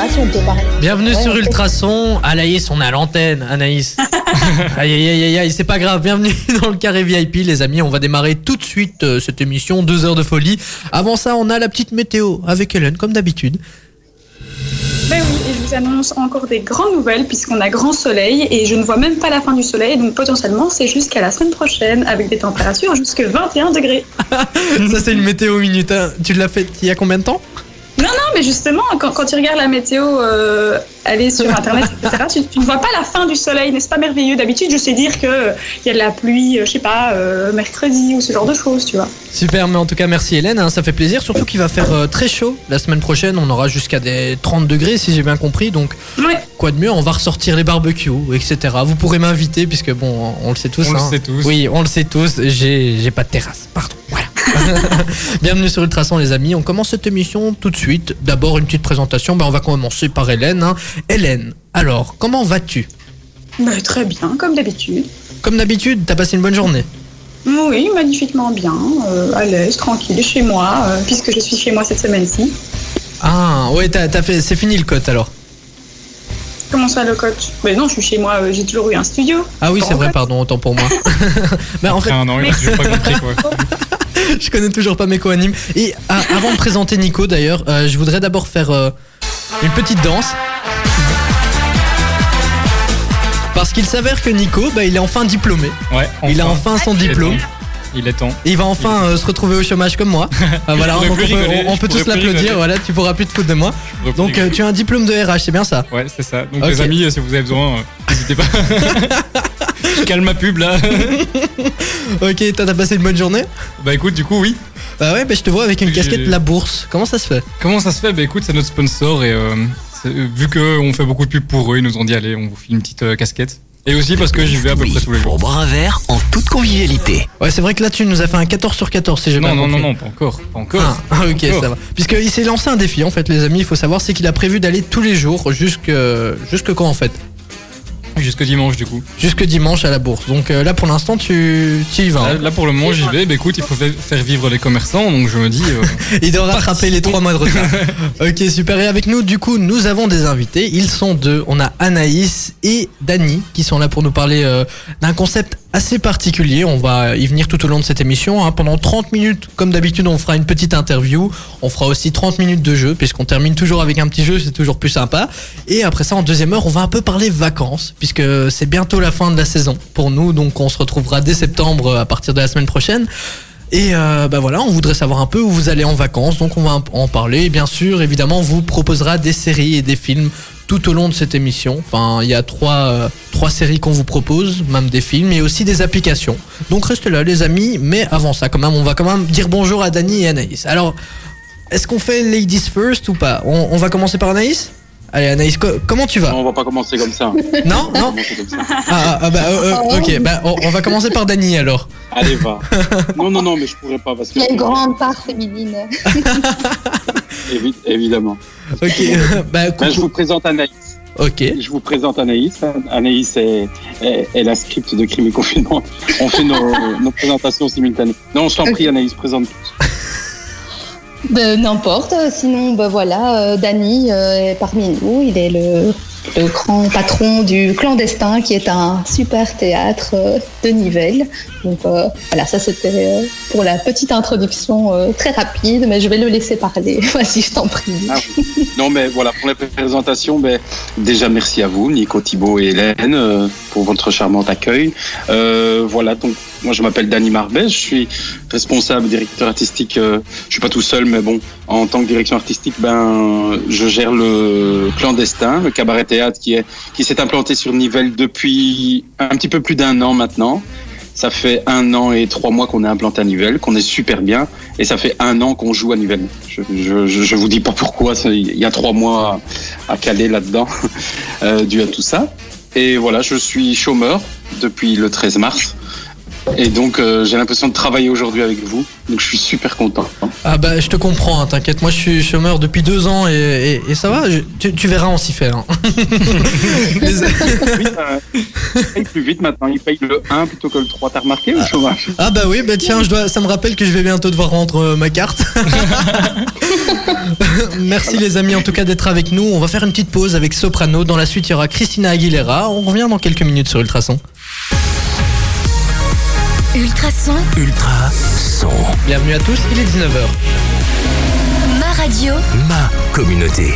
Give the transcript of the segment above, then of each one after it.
pas si on peut parler. Bienvenue sur on peut. Ultrason. Anaïs, on est à l'antenne, Anaïs. Aïe, c'est pas grave. Bienvenue dans le carré VIP, les amis. On va démarrer tout de suite cette émission, 2 heures de folie. Avant ça, on a la petite météo avec Hélène, comme d'habitude. Ben oui, et je vous annonce encore des grandes nouvelles puisqu'on a grand soleil et je ne vois même pas la fin du soleil, donc potentiellement c'est jusqu'à la semaine prochaine avec des températures jusque 21 degrés. Ça, c'est une météo minute. Hein. Tu l'as fait il y a combien de temps ? Non, mais justement, quand tu regardes la météo, aller sur Internet, etc., tu ne vois pas la fin du soleil, n'est-ce pas merveilleux ? D'habitude, je sais dire qu'il y a de la pluie, je sais pas, mercredi ou ce genre de choses, tu vois. Super, mais en tout cas, merci Hélène, hein, ça fait plaisir. Surtout qu'il va faire très chaud la semaine prochaine. On aura jusqu'à des 30 degrés, si j'ai bien compris. Donc, Ouais. quoi de mieux ? On va ressortir les barbecues, etc. Vous pourrez m'inviter, puisque bon, on le sait tous. On le hein. sait tous. Oui, on le sait tous. J'ai pas de terrasse, pardon. Voilà. Bienvenue sur Ultrason, les amis. On commence cette émission tout de suite. D'abord, une petite présentation. On va commencer par Hélène. Hein. Hélène, alors, comment vas-tu ? Ben, très bien, comme d'habitude. Comme d'habitude, t'as passé une bonne journée ? Oui, magnifiquement bien, à l'aise, tranquille, chez moi, puisque je suis chez moi cette semaine-ci. Ah, ouais, t'as fait. C'est fini le cote alors. Comment ça, le coach ? Ben non, je suis chez moi, j'ai toujours eu un studio. Ah oui, Pas c'est en vrai, fait. pardon, autant pour moi. En fait, Après un an, il a toujours pas compris quoi. je connais toujours pas mes co-animes. Et avant de présenter Nico d'ailleurs, je voudrais d'abord faire une petite danse. Parce qu'il s'avère que Nico, il est enfin diplômé. Ouais, Il a enfin son diplôme. Il est temps. Et il va enfin se retrouver au chômage comme moi. Voilà, Je donc pourrais plus rigoler, on je peut tous pourrais plus l'applaudir. rigoler. Voilà, tu pourras plus te foutre de moi. Donc tu as un diplôme de RH, c'est bien ça ? Ouais, c'est ça. Donc Ok. les amis, si vous avez besoin, n'hésitez pas. Je calme ma pub là. Ok, t'as passé une bonne journée ? Bah écoute, du coup, oui. Bah ouais, je te vois avec une J'ai- casquette La Bourse. Comment ça se fait ? Comment ça se fait ? Bah écoute, c'est notre sponsor et vu qu'on fait beaucoup de pub pour eux, ils nous ont dit allez, on vous file une petite casquette. Et aussi parce que j'y vais à peu près tous les jours. Pour boire un verre en toute convivialité. Ouais, c'est vrai que là tu nous as fait un 14 sur 14 si j'ai bien compris. Non, pas encore. Pas encore. Ah, ok, Encore. ça va. Puisqu'il s'est lancé un défi en fait, les amis, il faut savoir, c'est qu'il a prévu d'aller tous les jours jusque quand en fait ? Jusque dimanche du coup. Jusque dimanche à la bourse. Donc là pour l'instant tu y vas. hein. Là pour le moment j'y vais. Bah écoute, il faut faire vivre les commerçants, donc je me dis. Il doit rattraper les 3 mois de retard. Ok, super. Et avec nous, du coup, nous avons des invités. Ils sont 2. On a Anaïs et Dany qui sont là pour nous parler d'un concept assez particulier. On va y venir tout au long de cette émission. Hein. Pendant 30 minutes, comme d'habitude, on fera une petite interview. On fera aussi 30 minutes de jeu, puisqu'on termine toujours avec un petit jeu, c'est toujours plus sympa. Et après ça, en deuxième heure, on va un peu parler vacances, puisque c'est bientôt la fin de la saison pour nous. Donc on se retrouvera dès septembre à partir de la semaine prochaine. Et voilà, on voudrait savoir un peu où vous allez en vacances, donc on va en parler. Et bien sûr, évidemment, on vous proposera des séries et des films tout au long de cette émission. Enfin, il y a 3 séries qu'on vous propose, même des films, et aussi des applications. Donc restez là, les amis. Mais avant ça, on va quand même dire bonjour à Dany et Anaïs. Alors, est-ce qu'on fait Ladies First ou pas ? On va commencer par Anaïs ? Allez, Anaïs, comment tu vas ? Non, on va pas commencer comme ça. Non. Commencer comme ça. Ok, on va commencer par Dany alors. Allez, va. Non, mais je pourrais pas parce que. Il y a une grande part féminine. Évidemment. Ok, Je vous présente Anaïs. Ok. Je vous présente Anaïs. Anaïs est la script de Crime et Confinement. On fait nos présentations simultanées. Non, je t'en prie, Anaïs, présente. N'importe. Sinon, voilà, Dany est parmi nous. Il est le grand patron du Clandestin, qui est un super théâtre de Nivelles. Donc voilà, ça c'était pour la petite introduction très rapide, mais je vais le laisser parler. Vas-y, je t'en prie. Ah, oui. Non, mais voilà, pour la présentation, déjà merci à vous, Nico, Thibaut et Hélène, pour votre charmant accueil. Voilà, donc moi je m'appelle Dany Marbet, je suis responsable, directeur artistique. Je suis pas tout seul, mais bon, en tant que direction artistique, je gère le Clandestin, le cabaret théâtre qui s'est implanté sur Nivelles depuis un petit peu plus d'1 an maintenant. Ça fait 1 an et 3 mois qu'on est implanté à Nivelles, qu'on est super bien, et ça fait 1 an qu'on joue à Nivelles. Je vous dis pas pourquoi, il y a 3 mois à caler là-dedans, dû à tout ça. Et voilà, je suis chômeur depuis le 13 mars. Et donc, j'ai l'impression de travailler aujourd'hui avec vous. Donc, je suis super content. Ah bah, je te comprends, hein, t'inquiète. Moi, je suis chômeur depuis 2 ans et ça va. Tu verras, on s'y fait. Hein. Il paye plus vite maintenant. Il paye le 1 plutôt que le 3. T'as remarqué le chômage? Ah bah oui, bah tiens, ça me rappelle que je vais bientôt devoir rendre ma carte. Merci les amis, en tout cas, d'être avec nous. On va faire une petite pause avec Soprano. Dans la suite, il y aura Christina Aguilera. On revient dans quelques minutes sur Ultrason. Ultrason. Ultrason. Bienvenue à tous, il est 19h. Ma radio. Ma communauté.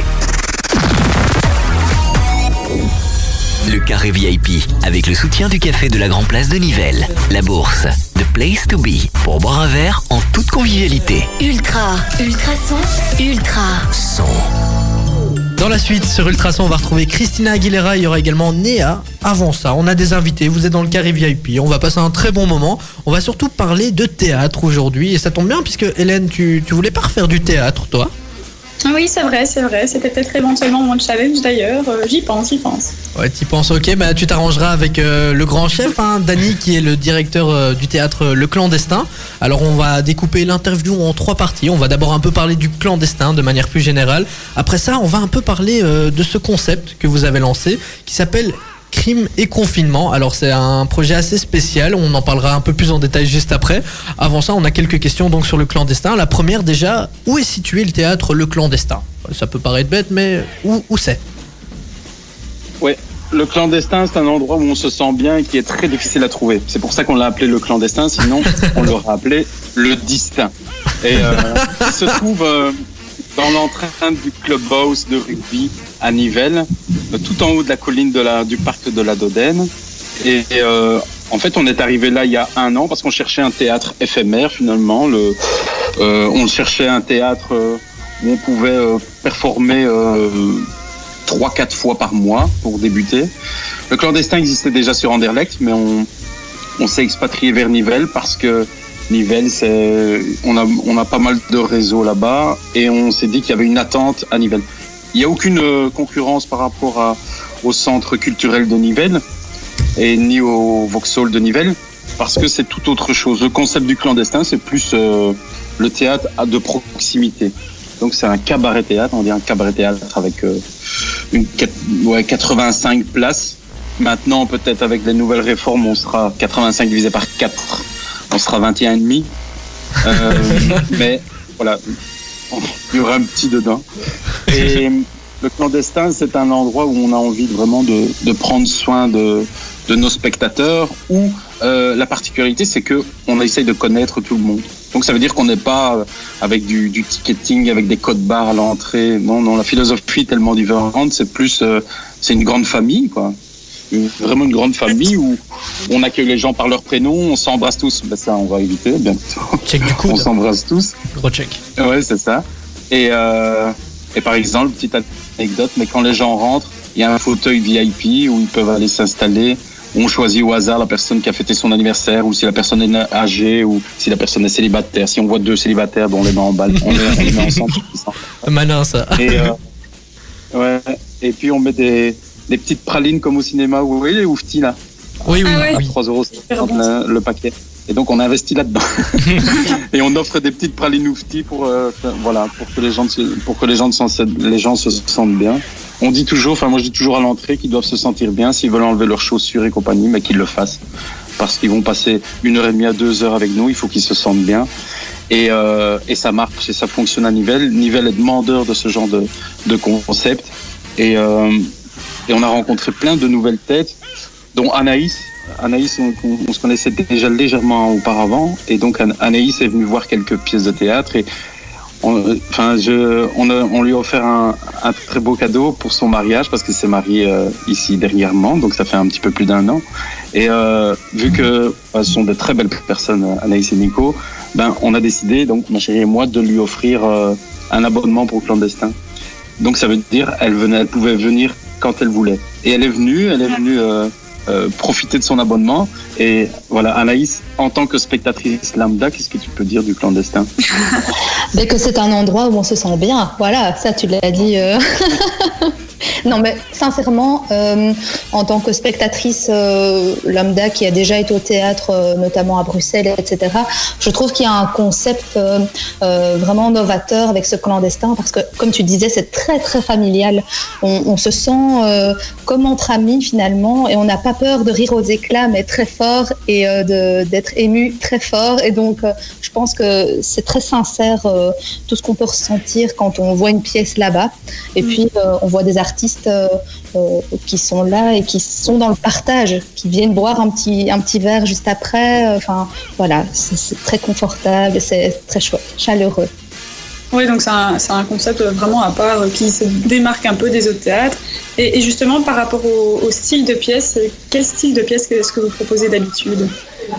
Le carré VIP, avec le soutien du café de la Grand Place de Nivelles. La Bourse, the place to be, pour boire un verre en toute convivialité. Ultrason. Son. Dans la suite, sur Ultrason, on va retrouver Christina Aguilera, il y aura également Néa. Avant ça, on a des invités, vous êtes dans le carré VIP, on va passer un très bon moment. On va surtout parler de théâtre aujourd'hui, et ça tombe bien puisque Hélène, tu voulais pas refaire du théâtre, toi? Oui, c'est vrai. C'était peut-être éventuellement mon challenge d'ailleurs. J'y pense. Ouais, t'y penses, ok, bah tu t'arrangeras avec le grand chef, hein, Dany, qui est le directeur du théâtre Le Clandestin. Alors on va découper l'interview en 3 parties. On va d'abord un peu parler du clandestin de manière plus générale. Après ça, on va un peu parler de ce concept que vous avez lancé, qui s'appelle Crime et confinement. Alors c'est un projet assez spécial, on en parlera un peu plus en détail juste après. Avant ça, on a quelques questions donc sur le clandestin. La première déjà, où est situé le théâtre Le Clandestin? Ça peut paraître bête, mais où c'est? Ouais, le clandestin, c'est un endroit où on se sent bien et qui est très difficile à trouver. C'est pour ça qu'on l'a appelé le clandestin, sinon on l'aurait appelé le distinct. Et il se trouve dans l'enceinte du clubhouse de rugby à Nivelles, tout en haut de la colline du parc de la Dodène. Et en fait, on est arrivé là il y a 1 an parce qu'on cherchait un théâtre éphémère finalement. On cherchait un théâtre où on pouvait performer 3-4 fois par mois pour débuter. Le clandestin existait déjà sur Anderlecht, mais on s'est expatrié vers Nivelles parce que Nivelles, on a pas mal de réseaux là-bas et on s'est dit qu'il y avait une attente à Nivelles. Il n'y a aucune concurrence par rapport au centre culturel de Nivelles et ni au Vauxhall de Nivelles parce que c'est tout autre chose. Le concept du clandestin, c'est plus le théâtre de proximité. Donc c'est un cabaret théâtre, on dit un cabaret théâtre avec 85 places. Maintenant, peut-être avec les nouvelles réformes, on sera 85 divisé par 4, on sera 21,5. Mais voilà, il y aura un petit dedans. Et le clandestin, c'est un endroit où on a envie vraiment de prendre soin de nos spectateurs, où la particularité, c'est qu'on essaye de connaître tout le monde. Donc ça veut dire qu'on n'est pas avec du ticketing, avec des codes barres à l'entrée. Non, la philosophie est tellement différente, c'est plus, c'est une grande famille, quoi. Vraiment une grande famille où on accueille les gens par leur prénom, on s'embrasse tous. Ben ça, on va éviter bientôt. Check du coude. On s'embrasse tous. Gros check. Ouais, c'est ça. Et par exemple, petite anecdote, mais quand les gens rentrent, il y a un fauteuil VIP où ils peuvent aller s'installer. On choisit au hasard la personne qui a fêté son anniversaire, ou si la personne est âgée, ou si la personne est célibataire. Si on voit 2 célibataires, on les met en balle, on les met ensemble. Malin ça. Ouais. Et puis on met des petites pralines comme au cinéma. Vous voyez les ouftis là? Oui. À 3€ le paquet. Et donc on investit là-dedans. Et on offre des petites pralines ouftis pour que les gens se sentent bien. On dit toujours, moi je dis toujours à l'entrée qu'ils doivent se sentir bien s'ils veulent enlever leurs chaussures et compagnie, mais qu'ils le fassent. Parce qu'ils vont passer 1h30 à 2 heures avec nous, il faut qu'ils se sentent bien. Et ça marche et ça fonctionne à Nivelles. Nivelles est demandeur de ce genre de concept. Et on a rencontré plein de nouvelles têtes, dont Anaïs. Anaïs, on se connaissait déjà légèrement auparavant. Et donc Anaïs est venue voir quelques pièces de théâtre et on lui a offert un très beau cadeau pour son mariage parce qu'elle s'est mariée ici dernièrement, donc ça fait un petit peu plus d'1 an. Et vu que ce sont de très belles personnes, Anaïs et Nico, on a décidé, donc ma chérie et moi, de lui offrir un abonnement pour le clandestin. Donc ça veut dire elle pouvait venir quand elle voulait. Et elle est venue profiter de son abonnement. Et voilà, Anaïs, en tant que spectatrice lambda, qu'est-ce que tu peux dire du clandestin? Que c'est un endroit où on se sent bien. Voilà, ça tu l'as dit. Non, mais sincèrement, en tant que spectatrice lambda qui a déjà été au théâtre, notamment à Bruxelles, etc., je trouve qu'il y a un concept vraiment novateur avec ce clandestin, parce que, comme tu disais, c'est très, très familial. On se sent comme entre amis, finalement, et on n'a pas peur de rire aux éclats, mais très fort, et d'être ému très fort. Et donc, je pense que c'est très sincère, tout ce qu'on peut ressentir quand on voit une pièce là-bas. Et puis, on voit des artistes qui sont là et qui sont dans le partage, qui viennent boire un petit verre juste après. Enfin, voilà, c'est très confortable, c'est très chouette, chaleureux. Oui, donc c'est un concept vraiment à part qui se démarque un peu des autres théâtres. Et justement, par rapport au style de pièce, quel style de pièce est-ce que vous proposez d'habitude ?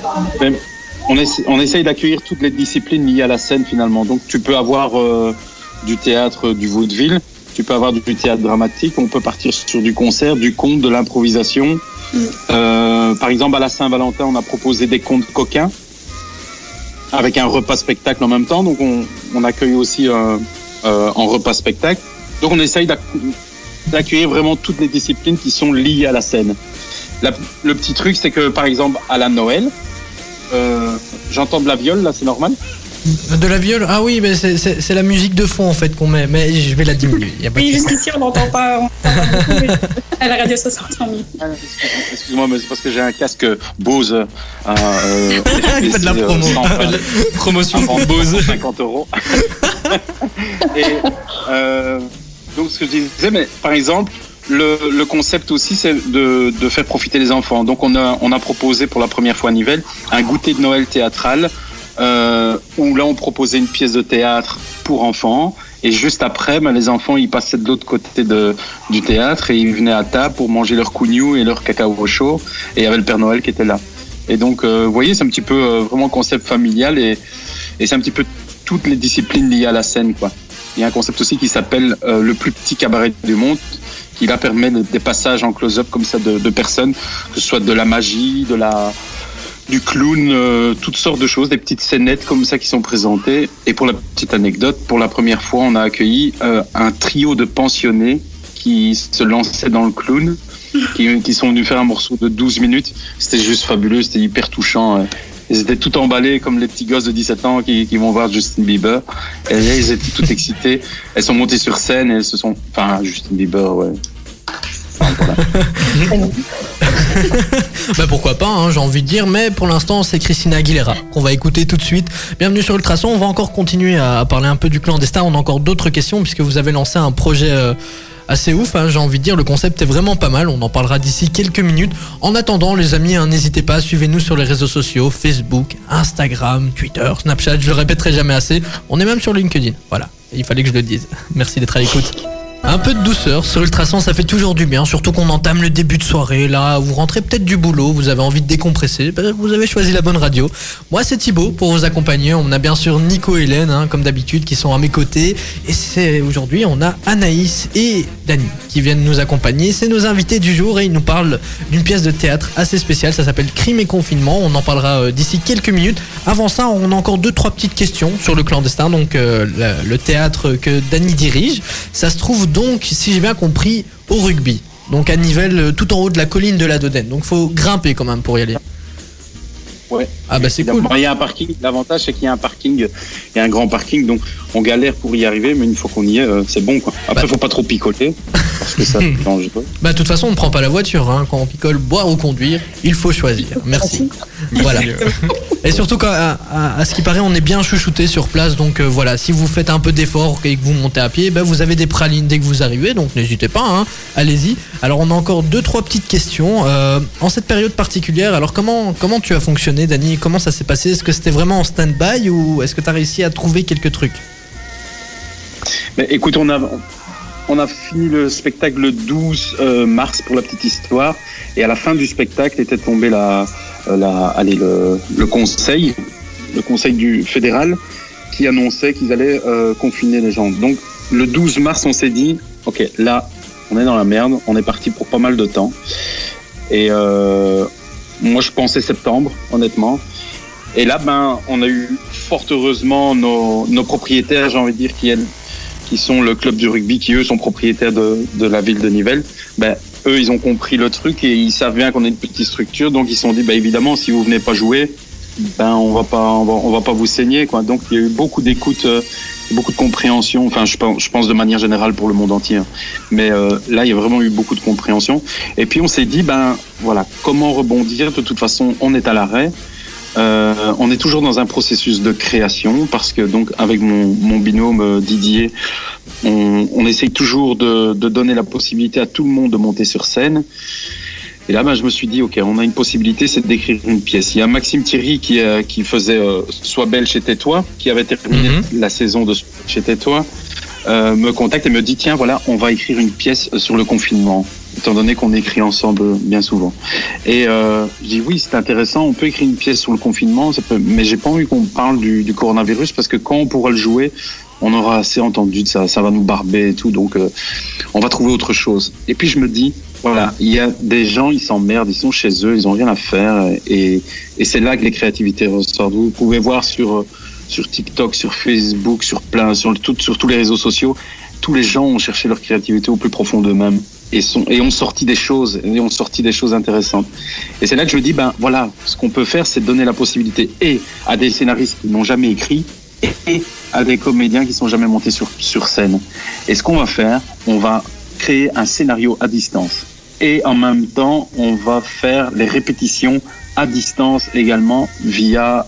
On essaye d'accueillir toutes les disciplines liées à la scène finalement. Donc tu peux avoir du théâtre du vaudeville, tu peux avoir du théâtre dramatique, on peut partir sur du concert, du conte, de l'improvisation. Par exemple, à la Saint-Valentin, on a proposé des contes coquins avec un repas spectacle en même temps. Donc on accueille aussi en repas spectacle. Donc on essaye d'accueillir vraiment toutes les disciplines qui sont liées à la scène. Le petit truc, c'est que par exemple à la Noël, j'entends de la viole, là, c'est normal ? De la viole ? Ah oui, mais c'est la musique de fond en fait qu'on met, mais je vais la diminuer. Oui, jusqu'ici on n'entend pas beaucoup, mais à la radio ça s'entend mieux. Excuse-moi, mais c'est parce que j'ai un casque Bose. Il fait de la promo. Promotion pour Bose. 50 €. Et donc ce que je disais, mais par exemple, le concept aussi, c'est de faire profiter les enfants. Donc on a proposé pour la première fois à Nivelles un goûter de Noël théâtral où là on proposait une pièce de théâtre pour enfants et juste après les enfants ils passaient de l'autre côté du théâtre et ils venaient à table pour manger leur cougnou et leur cacao chaud et il y avait le Père Noël qui était là. Et donc vous voyez, c'est un petit peu vraiment concept familial et c'est un petit peu toutes les disciplines liées à la scène, quoi. Il y a un concept aussi qui s'appelle le plus petit cabaret du monde, qui là permet des passages en close-up comme ça de personnes, que ce soit de la magie, du clown, toutes sortes de choses, des petites scénettes comme ça qui sont présentées. Et pour la petite anecdote, pour la première fois, on a accueilli un trio de pensionnés qui se lançaient dans le clown, qui sont venus faire un morceau de 12 minutes. C'était juste fabuleux, c'était hyper touchant. Ils étaient tout emballés comme les petits gosses de 17 ans qui vont voir Justin Bieber. Et là, ils étaient tout excités. Elles sont montées sur scène et elles se sont... Enfin, Justin Bieber, ouais. Enfin, voilà. Bah pourquoi pas, hein, j'ai envie de dire, mais pour l'instant c'est Christina Aguilera qu'on va écouter tout de suite. Bienvenue sur Ultrason, on va encore continuer à parler un peu du clandestin, on a encore d'autres questions puisque vous avez lancé un projet assez ouf, hein, j'ai envie de dire, le concept est vraiment pas mal, on en parlera d'ici quelques minutes. En attendant les amis, hein, n'hésitez pas, suivez-nous sur les réseaux sociaux, Facebook, Instagram, Twitter, Snapchat, je le répéterai jamais assez, on est même sur LinkedIn, voilà, il fallait que je le dise, merci d'être à l'écoute. Un peu de douceur sur Ultrason, ça fait toujours du bien, surtout qu'on entame le début de soirée, là, vous rentrez peut-être du boulot, vous avez envie de décompresser, vous avez choisi la bonne radio. Moi c'est Thibaut pour vous accompagner, on a bien sûr Nico et Hélène, hein, comme d'habitude, qui sont à mes côtés, et c'est aujourd'hui on a Anaïs et Dani qui viennent nous accompagner, c'est nos invités du jour et ils nous parlent d'une pièce de théâtre assez spéciale, ça s'appelle Crime et Confinement, on en parlera d'ici quelques minutes. Avant ça, on a encore 2-3 petites questions sur le clandestin, donc le théâtre que Dani dirige, ça se trouve donc, si j'ai bien compris, au rugby. Donc à Nivelles, tout en haut de la colline de la Dodène. Donc faut grimper quand même pour y aller. Ouais. Ah bah c'est cool. Il y a un parking. L'avantage c'est qu'il y a un parking, il y a un grand parking, donc on galère pour y arriver, mais une fois qu'on y est, c'est bon quoi. Après faut pas trop picoler parce que ça c'est dangereux. Bah de toute façon on ne prend pas la voiture, hein. Quand on picole, boire ou conduire, il faut choisir. Merci. Voilà. Et surtout à ce qui paraît on est bien chouchouté sur place, donc voilà, si vous faites un peu d'effort et que vous montez à pied, bah, vous avez des pralines dès que vous arrivez, donc n'hésitez pas, hein. Allez-y. Alors on a encore 2-3 petites questions. En cette période particulière, alors comment tu as fonctionné, Dani? Comment ça s'est passé? Est-ce que c'était vraiment en stand-by ou est-ce que tu as réussi à trouver quelques trucs? Mais écoute, on a fini le spectacle le 12 mars pour la petite histoire, et à la fin du spectacle était tombé le conseil du fédéral qui annonçait qu'ils allaient confiner les gens. Donc le 12 mars on s'est dit ok, là on est dans la merde, on est parti pour pas mal de temps, et moi je pensais septembre honnêtement, et là on a eu fort heureusement nos propriétaires, j'ai envie de dire, qui sont le club du rugby, qui eux sont propriétaires de la ville de Nivelles, ben, eux ils ont compris le truc et ils savent bien qu'on est une petite structure, donc ils se sont dit, ben, évidemment, si vous venez pas jouer, ben on va pas vous saigner, quoi. Donc il y a eu beaucoup d'écoute, beaucoup de compréhension. Enfin, je pense de manière générale pour le monde entier. Mais là, il y a vraiment eu beaucoup de compréhension. Et puis on s'est dit, ben voilà, comment rebondir. De toute façon, on est à l'arrêt. On est toujours dans un processus de création parce que donc avec mon binôme Didier, on essaye toujours de donner la possibilité à tout le monde de monter sur scène. Et là, ben, je me suis dit, ok, on a une possibilité, c'est d'écrire une pièce. Il y a Maxime Thierry qui faisait Sois belle chez Tais-toi, qui avait terminé la saison de chez Tais-toi, me contacte et me dit, tiens, voilà, on va écrire une pièce sur le confinement, étant donné qu'on écrit ensemble bien souvent. Et je dis, oui, c'est intéressant, on peut écrire une pièce sur le confinement, mais j'ai pas envie qu'on parle du coronavirus, parce que quand on pourra le jouer, on aura assez entendu de ça va nous barber et tout, donc on va trouver autre chose. Et puis je me dis, voilà, il y a des gens, ils s'emmerdent, ils sont chez eux, ils ont rien à faire, et c'est là que les créativités ressortent. Vous pouvez voir sur TikTok, sur Facebook, sur tous les réseaux sociaux, tous les gens ont cherché leur créativité au plus profond d'eux-mêmes et ont sorti des choses intéressantes. Et c'est là que je me dis, ben voilà, ce qu'on peut faire, c'est donner la possibilité et à des scénaristes qui n'ont jamais écrit et à des comédiens qui sont jamais montés sur scène. Et ce qu'on va faire, on va créer un scénario à distance. Et en même temps, on va faire les répétitions à distance également via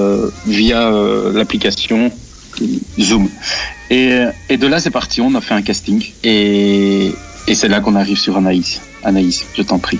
l'application Zoom. Et de là, c'est parti. On a fait un casting. Et c'est là qu'on arrive sur Anaïs. Anaïs, je t'en prie.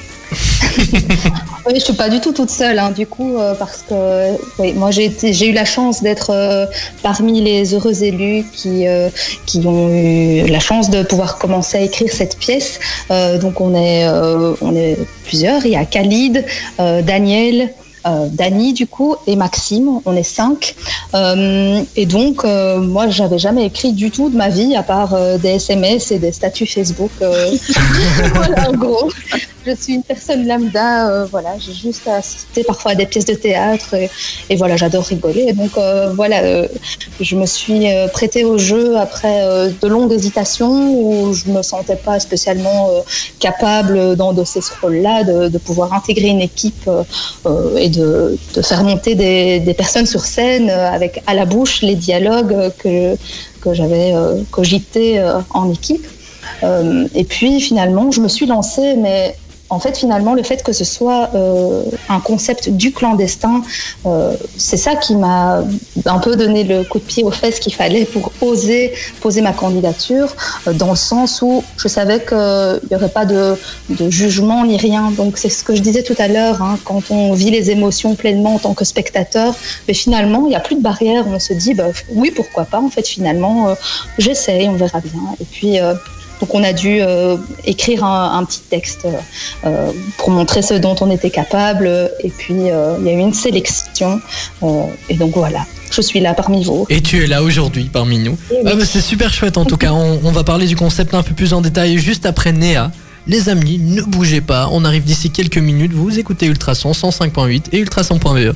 Oui, je suis pas du tout toute seule, hein, du coup, parce que oui, moi j'ai eu la chance d'être parmi les heureux élus qui ont eu la chance de pouvoir commencer à écrire cette pièce. Donc on est plusieurs. Il y a Khalid, Daniel, Dani du coup et Maxime, on est 5 et donc moi j'avais jamais écrit du tout de ma vie à part des SMS et des statuts Facebook. Voilà, en gros je suis une personne lambda, voilà, j'ai juste assisté parfois à des pièces de théâtre et voilà, j'adore rigoler. Et donc voilà, je me suis prêtée au jeu après de longues hésitations où je me sentais pas spécialement capable d'endosser ce rôle-là, de pouvoir intégrer une équipe et de faire monter des personnes sur scène avec à la bouche les dialogues que j'avais cogités en équipe. Et puis finalement, je me suis lancée, mais en fait, finalement, le fait que ce soit un concept du clandestin, c'est ça qui m'a un peu donné le coup de pied aux fesses qu'il fallait pour oser poser ma candidature, dans le sens où je savais qu'il n'y aurait pas de jugement ni rien. Donc, c'est ce que je disais tout à l'heure, hein, quand on vit les émotions pleinement en tant que spectateur, mais finalement, il n'y a plus de barrière. On se dit, bah, oui, pourquoi pas, en fait, finalement, j'essaye, on verra bien. Et puis... donc on a dû écrire un petit texte pour montrer ce dont on était capable. Et puis il y a eu une sélection. Et donc voilà, je suis là parmi vous. Et tu es là aujourd'hui parmi nous. Oui. Ah bah c'est super chouette en tout cas. On va parler du concept un peu plus en détail juste après Néa. Les amis, ne bougez pas. On arrive d'ici quelques minutes. Vous écoutez Ultrason 105.8 et ultrason.be.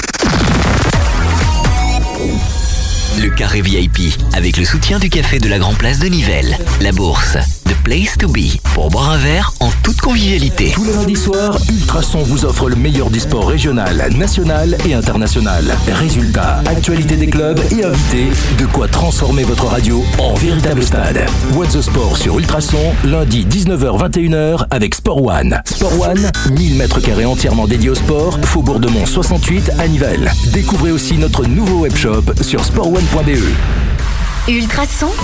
Le carré VIP, avec le soutien du café de la Grand Place de Nivelles, la Bourse, The Place to Be, pour boire un verre en toute convivialité. Tous les lundis soirs, Ultrason vous offre le meilleur du sport régional, national et international. Résultats, actualités des clubs et invités, de quoi transformer votre radio en véritable stade. What's the Sport sur Ultrason, lundi 19h-21h avec Sport One. Sport One, 1000 m² entièrement dédiés au sport, Faubourg de Mont 68 à Nivelles. Découvrez aussi notre nouveau webshop sur sportone.be. Ultrason,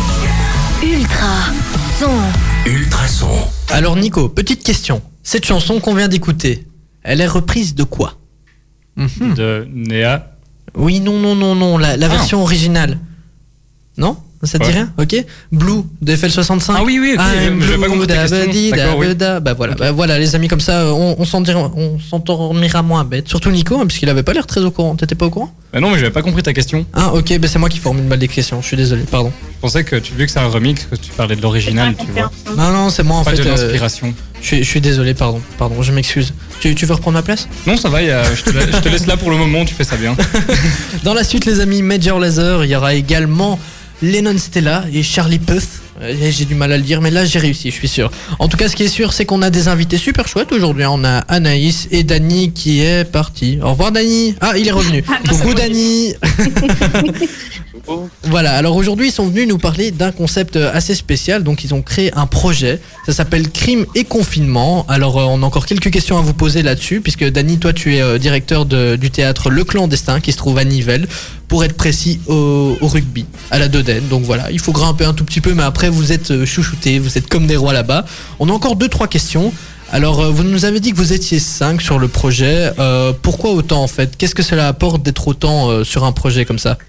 Ultrason. Alors Nico, petite question. Cette chanson qu'on vient d'écouter, elle est reprise de quoi? De Néa. Oui, non, la version originale. Non? Ça te dit rien? Ok. Blue de FL65. Ah oui, ok. J'avais pas compris ta question. D'accord, oui. Bah voilà, bah voilà, les amis, comme ça, on s'endormira moins bête. Surtout Nico, hein, puisqu'il avait pas l'air très au courant. T'étais pas au courant? Bah non, mais j'avais pas compris ta question. Ah ok, bah c'est moi qui formule mal les questions. Je suis désolé, pardon. Je pensais que vu que c'est un remix, que tu parlais de l'original, tu vois. Non, c'est moi en pas fait. Pas de l'inspiration. Je suis désolé, pardon, je m'excuse. Tu veux reprendre ma place? Non, ça va, je te laisse là pour le moment, tu fais ça bien. Dans la suite, les amis, Major Lazer, il y aura également Lennon Stella et Charlie Puth. J'ai du mal à le dire, mais là j'ai réussi, je suis sûr. En tout cas, ce qui est sûr, c'est qu'on a des invités super chouettes aujourd'hui. On a Anaïs et Dany qui est parti. Au revoir Dany. Ah, il est revenu. Coucou Dany. Voilà, alors aujourd'hui ils sont venus nous parler d'un concept assez spécial. Donc ils ont créé un projet, ça s'appelle Crime et Confinement. Alors on a encore quelques questions à vous poser là-dessus, puisque Dany, toi tu es directeur du théâtre Le Clandestin qui se trouve à Nivelles, pour être précis au rugby, à la Dodène. Donc voilà, il faut grimper un tout petit peu, mais après vous êtes chouchoutés, vous êtes comme des rois là-bas. On a encore 2-3 questions. Alors vous nous avez dit que vous étiez 5 sur le projet, pourquoi autant en fait? Qu'est-ce que cela apporte d'être autant sur un projet comme ça?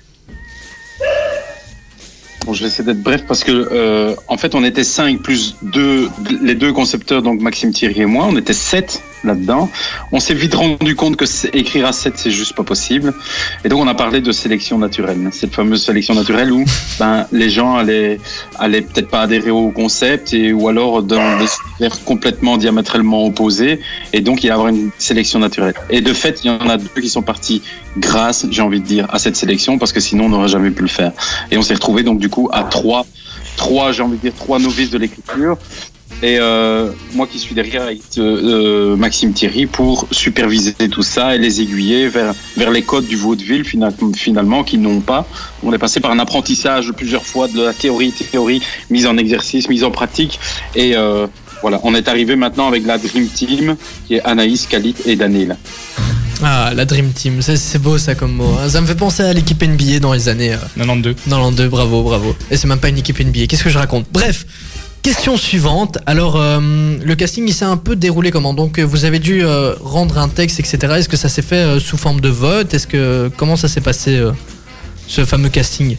Bon, je vais essayer d'être bref parce que en fait on était 5 plus les deux concepteurs, donc Maxime Thierry et moi, on était 7 là-dedans. On s'est vite rendu compte que écrire à 7 c'est juste pas possible, et donc on a parlé de sélection naturelle, cette fameuse sélection naturelle où les gens allaient peut-être pas adhérer au concept, ou alors dans des sphères complètement diamétralement opposées, et donc il y a avoir une sélection naturelle. Et de fait il y en a 2 qui sont partis grâce, j'ai envie de dire, à cette sélection, parce que sinon on n'aurait jamais pu le faire. Et on s'est retrouvé donc du coup à 3 j'ai envie de dire 3 novices de l'écriture, et moi qui suis derrière avec Maxime Thierry pour superviser tout ça et les aiguiller vers les codes du vaudeville finalement qu'ils n'ont pas. On est passé par un apprentissage plusieurs fois de la théorie, mise en exercice, mise en pratique, et voilà, on est arrivé maintenant avec la Dream Team qui est Anaïs, Khalid et Daniel. Ah, la Dream Team, c'est beau ça comme mot. Ça me fait penser à l'équipe NBA dans les années 92, bravo. Et c'est même pas une équipe NBA, qu'est-ce que je raconte? Bref, question suivante. Alors, le casting il s'est un peu déroulé comment? Donc vous avez dû rendre un texte, etc. Est-ce que ça s'est fait sous forme de vote? Comment ça s'est passé ce fameux casting?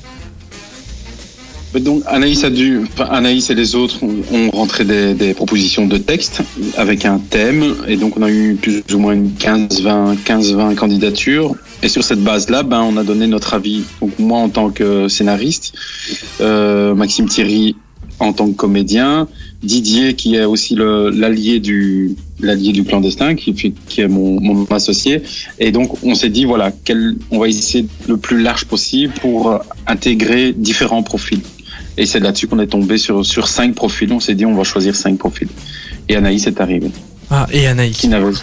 Donc Anaïs et les autres ont rentré des propositions de texte avec un thème, et donc on a eu plus ou moins une 15-20 candidatures, et sur cette base-là, on a donné notre avis. Donc moi en tant que scénariste, Maxime Thierry en tant que comédien, Didier qui est aussi l'allié du clandestin, qui est mon associé, et donc on s'est dit voilà, on va essayer le plus large possible pour intégrer différents profils. Et c'est là-dessus qu'on est tombé sur 5 profils. On s'est dit on va choisir 5 profils. Et Anaïs est arrivée. Ah, et Anaïs. Qui n'avait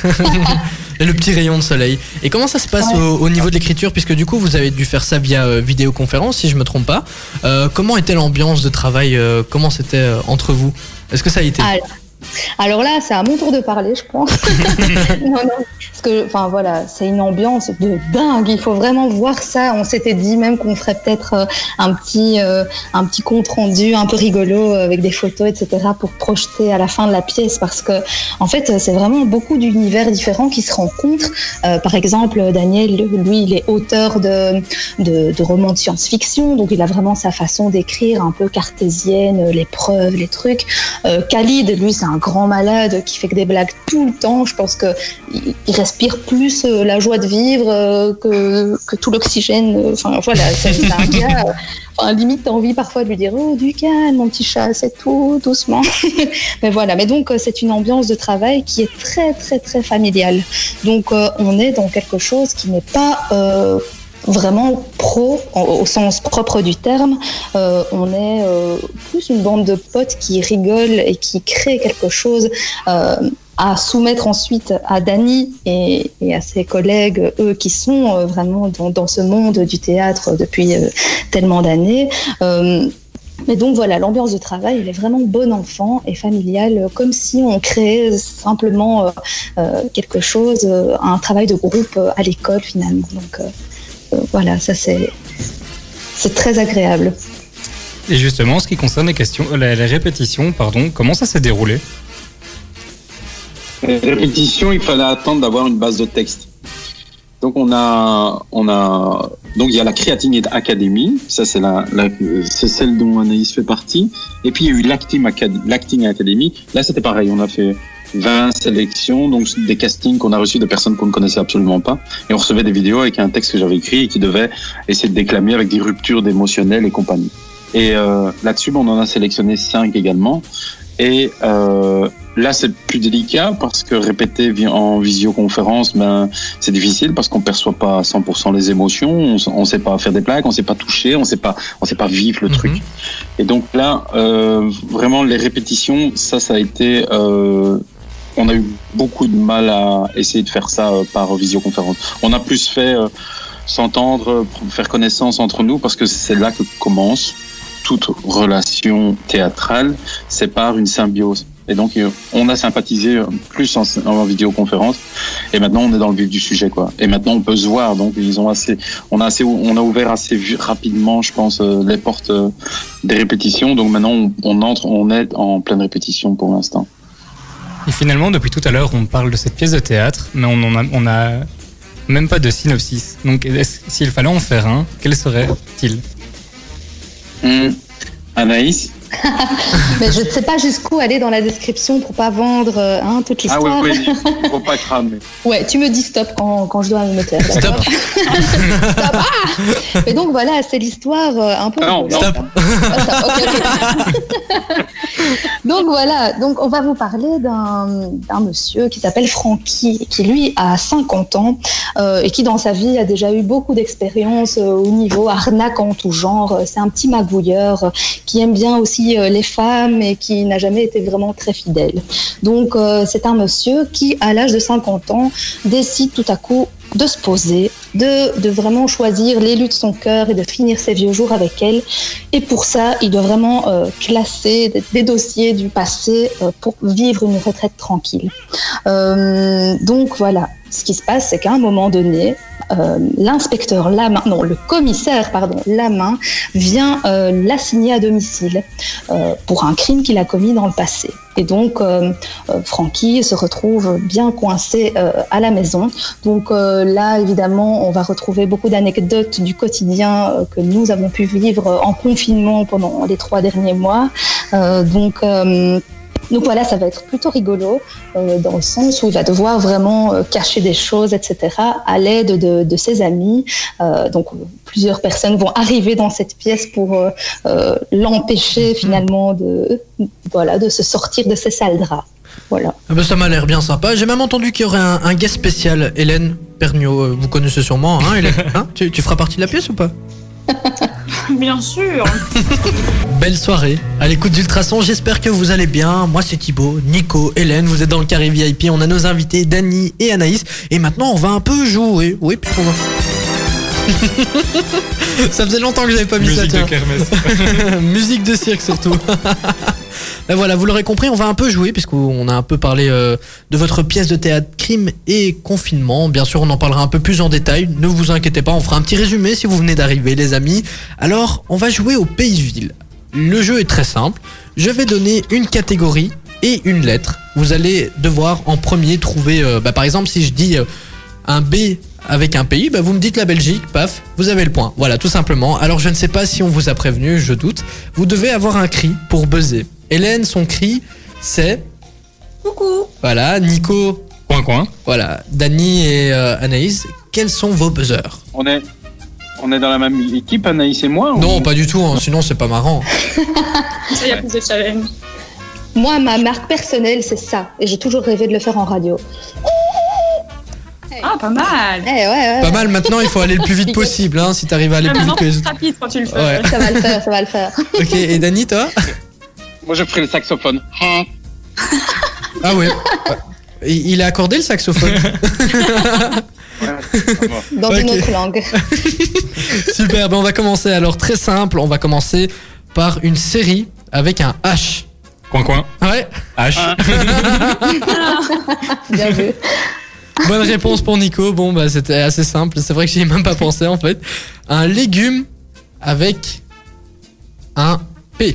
Et le petit rayon de soleil. Et comment ça se passe au niveau de l'écriture, puisque du coup vous avez dû faire ça via vidéoconférence, si je me trompe pas. Comment était l'ambiance de travail? Comment c'était entre vous? Est-ce que ça a été? Alors là, c'est à mon tour de parler, je pense. Non, parce que, voilà, c'est une ambiance de dingue. Il faut vraiment voir ça. On s'était dit même qu'on ferait peut-être un petit compte rendu un peu rigolo avec des photos, etc., pour projeter à la fin de la pièce, parce que, en fait, c'est vraiment beaucoup d'univers différents qui se rencontrent. Par exemple, Daniel, lui, il est auteur de romans de science-fiction, donc il a vraiment sa façon d'écrire un peu cartésienne, les preuves, les trucs. Khalid, lui, c'est un grand malade qui fait que des blagues tout le temps. Je pense qu'il respire plus la joie de vivre que tout l'oxygène. Voilà, c'est un gars. Limite, t'as envie parfois de lui dire oh, du calme, mon petit chat, c'est tout, doucement. Mais voilà. Mais donc, c'est une ambiance de travail qui est très, très, très familiale. Donc, on est dans quelque chose qui n'est pas vraiment pro au sens propre du terme. On est plus une bande de potes qui rigolent et qui créent quelque chose à soumettre ensuite à Dany et à ses collègues, eux qui sont vraiment dans ce monde du théâtre depuis tellement d'années. Mais donc voilà, l'ambiance de travail, elle est vraiment bon enfant et familiale, comme si on créait simplement quelque chose, un travail de groupe à l'école finalement. Donc voilà, ça c'est très agréable. Et justement, en ce qui concerne les répétitions, comment ça s'est déroulé? Les répétitions, il fallait attendre d'avoir une base de texte. Donc donc il y a la Creating Academy, ça c'est c'est celle dont Anaïs fait partie. Et puis il y a eu l'Acting Academy. Là c'était pareil, on a fait 20 sélections, donc des castings qu'on a reçus de personnes qu'on ne connaissait absolument pas. Et on recevait des vidéos avec un texte que j'avais écrit et qui devait essayer de déclamer avec des ruptures d'émotionnel et compagnie. Et là-dessus, on en a sélectionné 5 également. Et là, c'est plus délicat parce que répéter en visioconférence, c'est difficile parce qu'on perçoit pas à 100% les émotions, on sait pas faire des blagues, on sait pas toucher, on sait pas vivre le truc. Et donc là, vraiment les répétitions, ça a été, on a eu beaucoup de mal à essayer de faire ça par visioconférence. On a plus fait s'entendre, faire connaissance entre nous parce que c'est là que commence toute relation théâtrale, c'est par une symbiose. Et donc, on a sympathisé plus en vidéoconférence. Et maintenant, on est dans le vif du sujet, quoi. Et maintenant, on peut se voir. Donc, on a ouvert assez rapidement, je pense, les portes des répétitions. Donc, maintenant, on est en pleine répétition pour l'instant. Et finalement, depuis tout à l'heure, on parle de cette pièce de théâtre, mais on a même pas de synopsis. Donc, s'il fallait en faire un, quel serait-il? Anaïs? Mais je ne sais pas jusqu'où aller dans la description pour pas vendre toute l'histoire. Ah oui, faut pas cramer. Ouais, tu me dis stop quand je dois me taire. Stop. Stop. Ah. Et donc voilà, c'est l'histoire un peu. Non, stop. Okay. Donc voilà, donc on va vous parler d'un monsieur qui s'appelle Francky, qui lui a 50 ans et qui dans sa vie a déjà eu beaucoup d'expérience au niveau arnaque en tout genre. C'est un petit magouilleur qui aime bien aussi les femmes et qui n'a jamais été vraiment très fidèle. Donc c'est un monsieur qui, à l'âge de 50 ans, décide tout à coup de se poser, de vraiment choisir l'élu de son cœur et de finir ses vieux jours avec elle. Et pour ça, il doit vraiment classer des dossiers du passé pour vivre une retraite tranquille. Donc voilà, ce qui se passe, c'est qu'à un moment donné, le commissaire Lamain vient l'assigner à domicile pour un crime qu'il a commis dans le passé. Et donc, Francky se retrouve bien coincé à la maison. Donc là, évidemment, on va retrouver beaucoup d'anecdotes du quotidien que nous avons pu vivre en confinement pendant les 3 derniers mois. Donc voilà, ça va être plutôt rigolo dans le sens où il va devoir vraiment cacher des choses, etc. à l'aide de ses amis. Donc plusieurs personnes vont arriver dans cette pièce pour l'empêcher finalement de se sortir de ses sales draps. Voilà. Ah bah ça m'a l'air bien sympa. J'ai même entendu qu'il y aurait un guest spécial. Hélène Perniaud, vous connaissez sûrement, hein, Hélène, hein, tu feras partie de la pièce ou pas? Bien sûr. Belle soirée à l'écoute d'Ultrason, j'espère que vous allez bien. Moi c'est Thibaut, Nico, Hélène, vous êtes dans le carré VIP, on a nos invités Dany et Anaïs. Et maintenant on va un peu jouer. Oui, puisqu'on va... Ça faisait longtemps que j'avais pas mis Musique ça. de kermesse. Musique de cirque surtout. Ben voilà, vous l'aurez compris, on va un peu jouer puisqu'on a un peu parlé de votre pièce de théâtre Crime et Confinement. Bien sûr, on en parlera un peu plus en détail. Ne vous inquiétez pas, on fera un petit résumé si vous venez d'arriver, les amis. Alors, on va jouer au Pays-Ville. Le jeu est très simple. Je vais donner une catégorie et une lettre. Vous allez devoir en premier trouver, par exemple, si je dis un B avec un pays, vous me dites la Belgique, paf, vous avez le point. Voilà, tout simplement. Alors, je ne sais pas si on vous a prévenu, je doute. Vous devez avoir un cri pour buzzer. Hélène, son cri, c'est... Coucou. Voilà, Nico... Coin. Voilà, Dany et Anaïs, quels sont vos buzzers? On est dans la même équipe, Anaïs et moi? Non, pas du tout, hein, sinon c'est pas marrant. Ça, il y a plus de challenge. Moi, ma marque personnelle, c'est ça. Et j'ai toujours rêvé de le faire en radio. Ah, pas mal. Ouais. Pas mal, maintenant il faut aller le plus vite possible, hein, si t'arrives à aller plus vite que les autres. Rapide quand tu le fais. Ouais. Ça va le faire. Ok, et Dany, toi? Moi, je ferai le saxophone. Ah ouais. Il a accordé le saxophone. Dans une autre langue. Super, on va commencer alors très simple, on va commencer par une série avec un H. Coin. Ouais. H. Bien vu. Bonne réponse pour Nico. Bon, c'était assez simple. C'est vrai que j'y ai même pas pensé en fait. Un légume avec un P.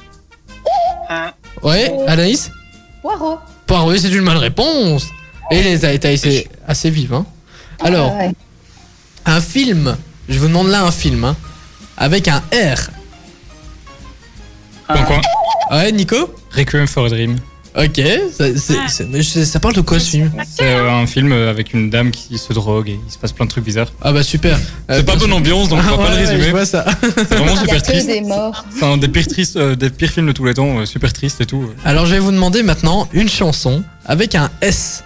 Ouais, Anaïs? Poireau. Poireau, c'est une bonne réponse. Et les a été assez vive. Hein. Alors, Ouais. un film. Je vous demande là un film. Hein, avec un R. Coin. Ouais, Nico? Requiem for a Dream. Ok, ça parle de quoi ce film? C'est un film avec une dame qui se drogue et il se passe plein de trucs bizarres. Ah bah super. C'est pas bonne ambiance, donc on va pas le résumer. Je vois ça. C'est vraiment Il y a super que triste. des morts. C'est un des pires films de tous les temps, super triste et tout. Alors je vais vous demander maintenant une chanson avec un S.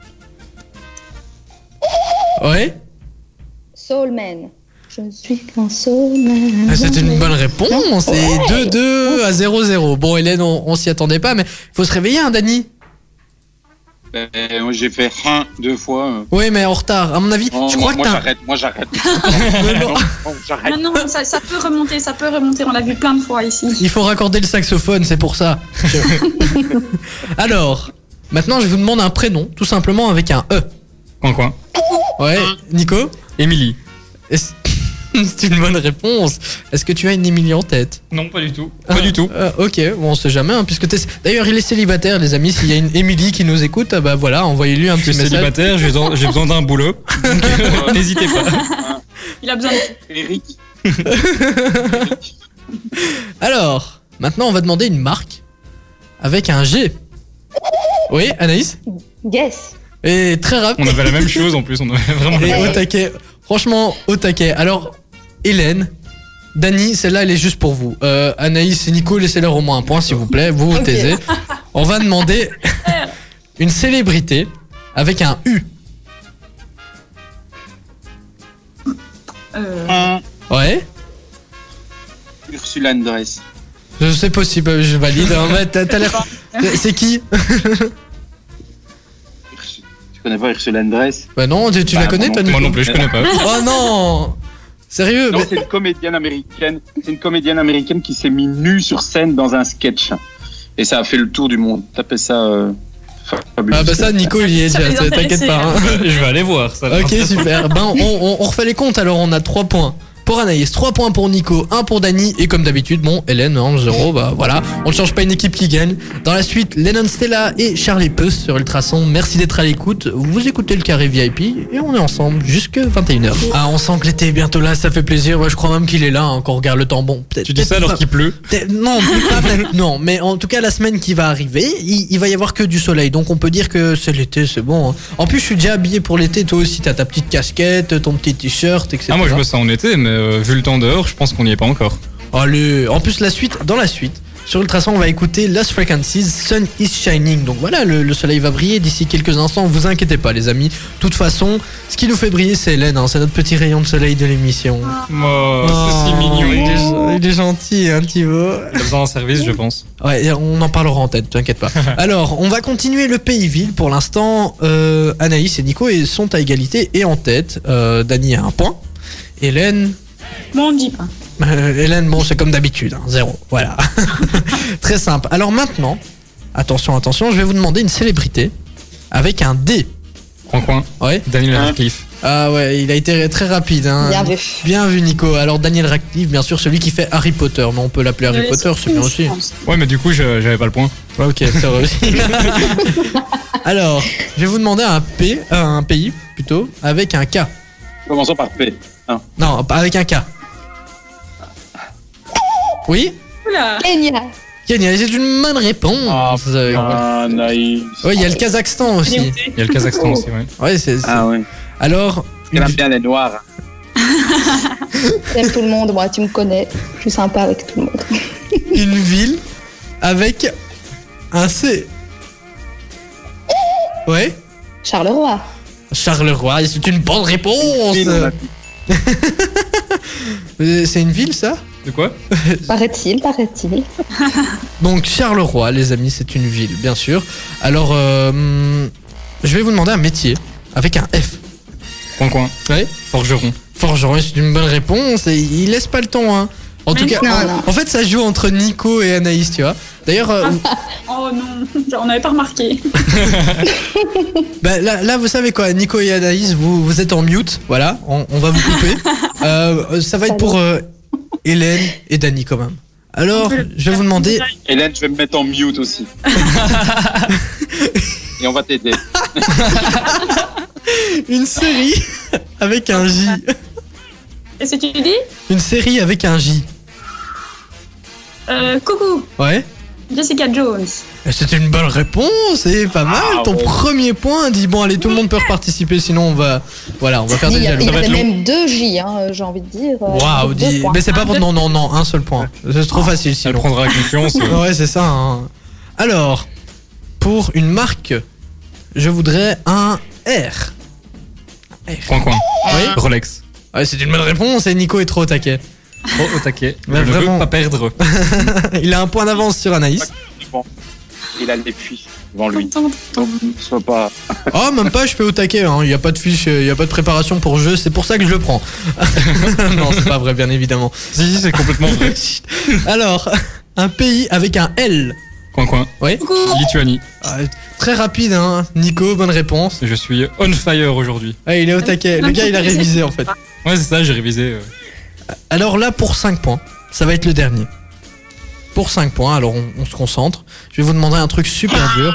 Ouais. Soulman. Je ne suis qu'un soulman. Ah, c'est une bonne réponse. Et 2-2 à 0-0. Bon Hélène, on s'y attendait pas, mais faut se réveiller, hein, Dany. Moi j'ai fait 2 fois. Oui, mais en retard. À mon avis, je crois que moi t'as. j'arrête. Non. J'arrête. Non, ça peut remonter, on l'a vu plein de fois ici. Il faut raccorder le saxophone, c'est pour ça. Alors, maintenant je vous demande un prénom, tout simplement avec un E. Coin. Ouais, Nico. Émilie. C'est une bonne réponse. Est-ce que tu as une Émilie en tête? Non, pas du tout. Pas du tout. Ok, bon, on sait jamais, hein, puisque d'ailleurs il est célibataire, les amis. S'il y a une Émilie qui nous écoute, bah voilà, envoyez-lui un Je petit suis message. célibataire, j'ai besoin d'un boulot. Donc n'hésitez pas. Il a besoin de... Eric. Alors, maintenant on va demander une marque avec un G. Oui, Anaïs? Yes. Et très rapide. On avait la même chose en plus, on avait vraiment Et la au même. taquet. Franchement, au taquet. Alors, Hélène, Dany, celle-là, elle est juste pour vous. Anaïs et Nico, laissez-leur au moins un point, s'il vous plaît. Vous Ok. taisez. On va demander une célébrité avec un U. Ouais. Ursula Andress. C'est possible, je valide. En fait, t'as l'air. C'est qui? Tu connais pas Ursula Andress? Bah non, tu la Bah, connais, moi toi, non Nico? Moi non plus, je connais pas. Oh non! Sérieux? Non, mais- c'est une comédienne américaine. C'est une comédienne américaine qui s'est mise nue sur scène dans un sketch. Et ça a fait le tour du monde. Tapez ça. Fabuleux. Ah bah ça, Nico, il y est Ça déjà, va les t'inquiète pas. Hein. Je vais aller voir ça. Ok, super. Ben, on refait les comptes alors. On a 3 points pour Anaïs, 3 points pour Nico, 1 pour Dany. Et comme d'habitude, bon, Hélène, 0, bah voilà. On ne change pas une équipe qui gagne. Dans la suite, Lennon Stella et Charlie Puth sur Ultrason. Merci d'être à l'écoute. Vous écoutez le carré VIP et on est ensemble jusque 21h. Ah, on sent que l'été est bientôt là, ça fait plaisir. Ouais, je crois même qu'il est là, hein, quand on regarde le temps. Bon, peut-être. Tu dis ça alors qu'il pleut. Non, pas peut-être, non, mais en tout cas, la semaine qui va arriver, il va y avoir que du soleil. Donc on peut dire que c'est l'été, c'est bon. Hein. En plus, je suis déjà habillé pour l'été. Toi aussi, t'as ta petite casquette, ton petit t-shirt, etc. Ah, moi je me sens en été, mais vu le temps dehors, je pense qu'on n'y est pas encore. Allez, en plus, dans la suite, sur Ultrason, on va écouter Lost Frequencies, Sun is Shining. Donc voilà, le soleil va briller d'ici quelques instants. Vous inquiétez pas, les amis. De toute façon, ce qui nous fait briller, c'est Hélène. Hein, c'est notre petit rayon de soleil de l'émission. Oh, c'est si mignon. Il est gentil, hein, Thibaut. Il a besoin d'un service, je pense. Ouais, on en parlera en tête, t'inquiète pas. Alors, on va continuer le pays-ville. Pour l'instant, Anaïs et Nico sont à égalité et en tête. Dany a 1 point. Hélène... Moi, on ne dit pas. Hélène, bon, c'est comme d'habitude, hein, 0. Voilà. Très simple. Alors maintenant, attention, je vais vous demander une célébrité avec un D. Coin. Ouais. Daniel Radcliffe. Ah ouais, il a été très rapide. Hein. Bien vu. Bien vu, Nico. Alors, Daniel Radcliffe, bien sûr, celui qui fait Harry Potter. Mais on peut l'appeler Harry Potter, c'est bien aussi. Ouais, mais du coup, j'avais pas le point. Ouais, ok, c'est vrai aussi. Alors, je vais vous demander un pays, plutôt, avec un K. Commençons par P. Non, pas avec un K. Oui? Oula. Kenya. Kenya, c'est une bonne réponse. Ah, naïf. Ouais, il y a le Kazakhstan aussi. Il y a le Kazakhstan aussi, ouais. Ouais, c'est. Ah ouais. Alors, Elle aime bien les noirs. J'aime tout le monde, moi, tu me connais. Je suis sympa avec tout le monde. une ville avec un C. Ouais? Charleroi. Charleroi, c'est une bonne réponse. C'est une ville, ça? De quoi? Paraît-il. Donc Charleroi, les amis, c'est une ville, bien sûr. Alors, je vais vous demander un métier avec un F. Coin. Ouais. Forgeron. Forgeron, c'est une bonne réponse et il laisse pas le temps, hein. En tout cas, non. en fait, ça joue entre Nico et Anaïs, tu vois. D'ailleurs, Oh non, on n'avait pas remarqué. bah, là, vous savez quoi, Nico et Anaïs, vous êtes en mute, voilà, on va vous couper. Ça va être pour Hélène et Dany quand même. Alors, je vais vous demander... Hélène, je vais me mettre en mute aussi. Et on va t'aider. Une série avec un J. Qu'est-ce que tu dis? Une série avec un J. Coucou. Ouais. Jessica Jones. C'était une bonne réponse et pas mal. Ton premier point dit bon allez tout le monde peut reparticiper sinon on va faire des jaloux. Il y avait même 2 J, j'ai envie de dire. Waouh, mais c'est pas pour non un seul point. C'est trop facile sinon. Elle prendra confiance. Ouais c'est ça. Hein. Alors pour une marque, je voudrais un R. Coin. Oui. Rolex. Ouais, c'est une bonne réponse et Nico est trop au taquet. Trop au taquet. Mais Je ne vraiment. veux pas perdre. Il a un point d'avance sur Anaïs. Il a les puits devant lui. Donc, sois pas. Oh, même pas, je fais au taquet. Il n'y a pas de fiche, il n'y a pas de préparation pour jeu. C'est pour ça que je le prends. Non, c'est pas vrai, bien évidemment. Si, c'est complètement vrai. Alors, un pays avec un L. Coin. Oui. Lituanie. Très rapide, hein. Nico, bonne réponse. Je suis on fire aujourd'hui. Ah, il est au taquet. Le gars, il a révisé en fait. Ouais, c'est ça, j'ai révisé. Alors là, pour 5 points, ça va être le dernier. Pour 5 points, alors on se concentre. Je vais vous demander un truc super dur.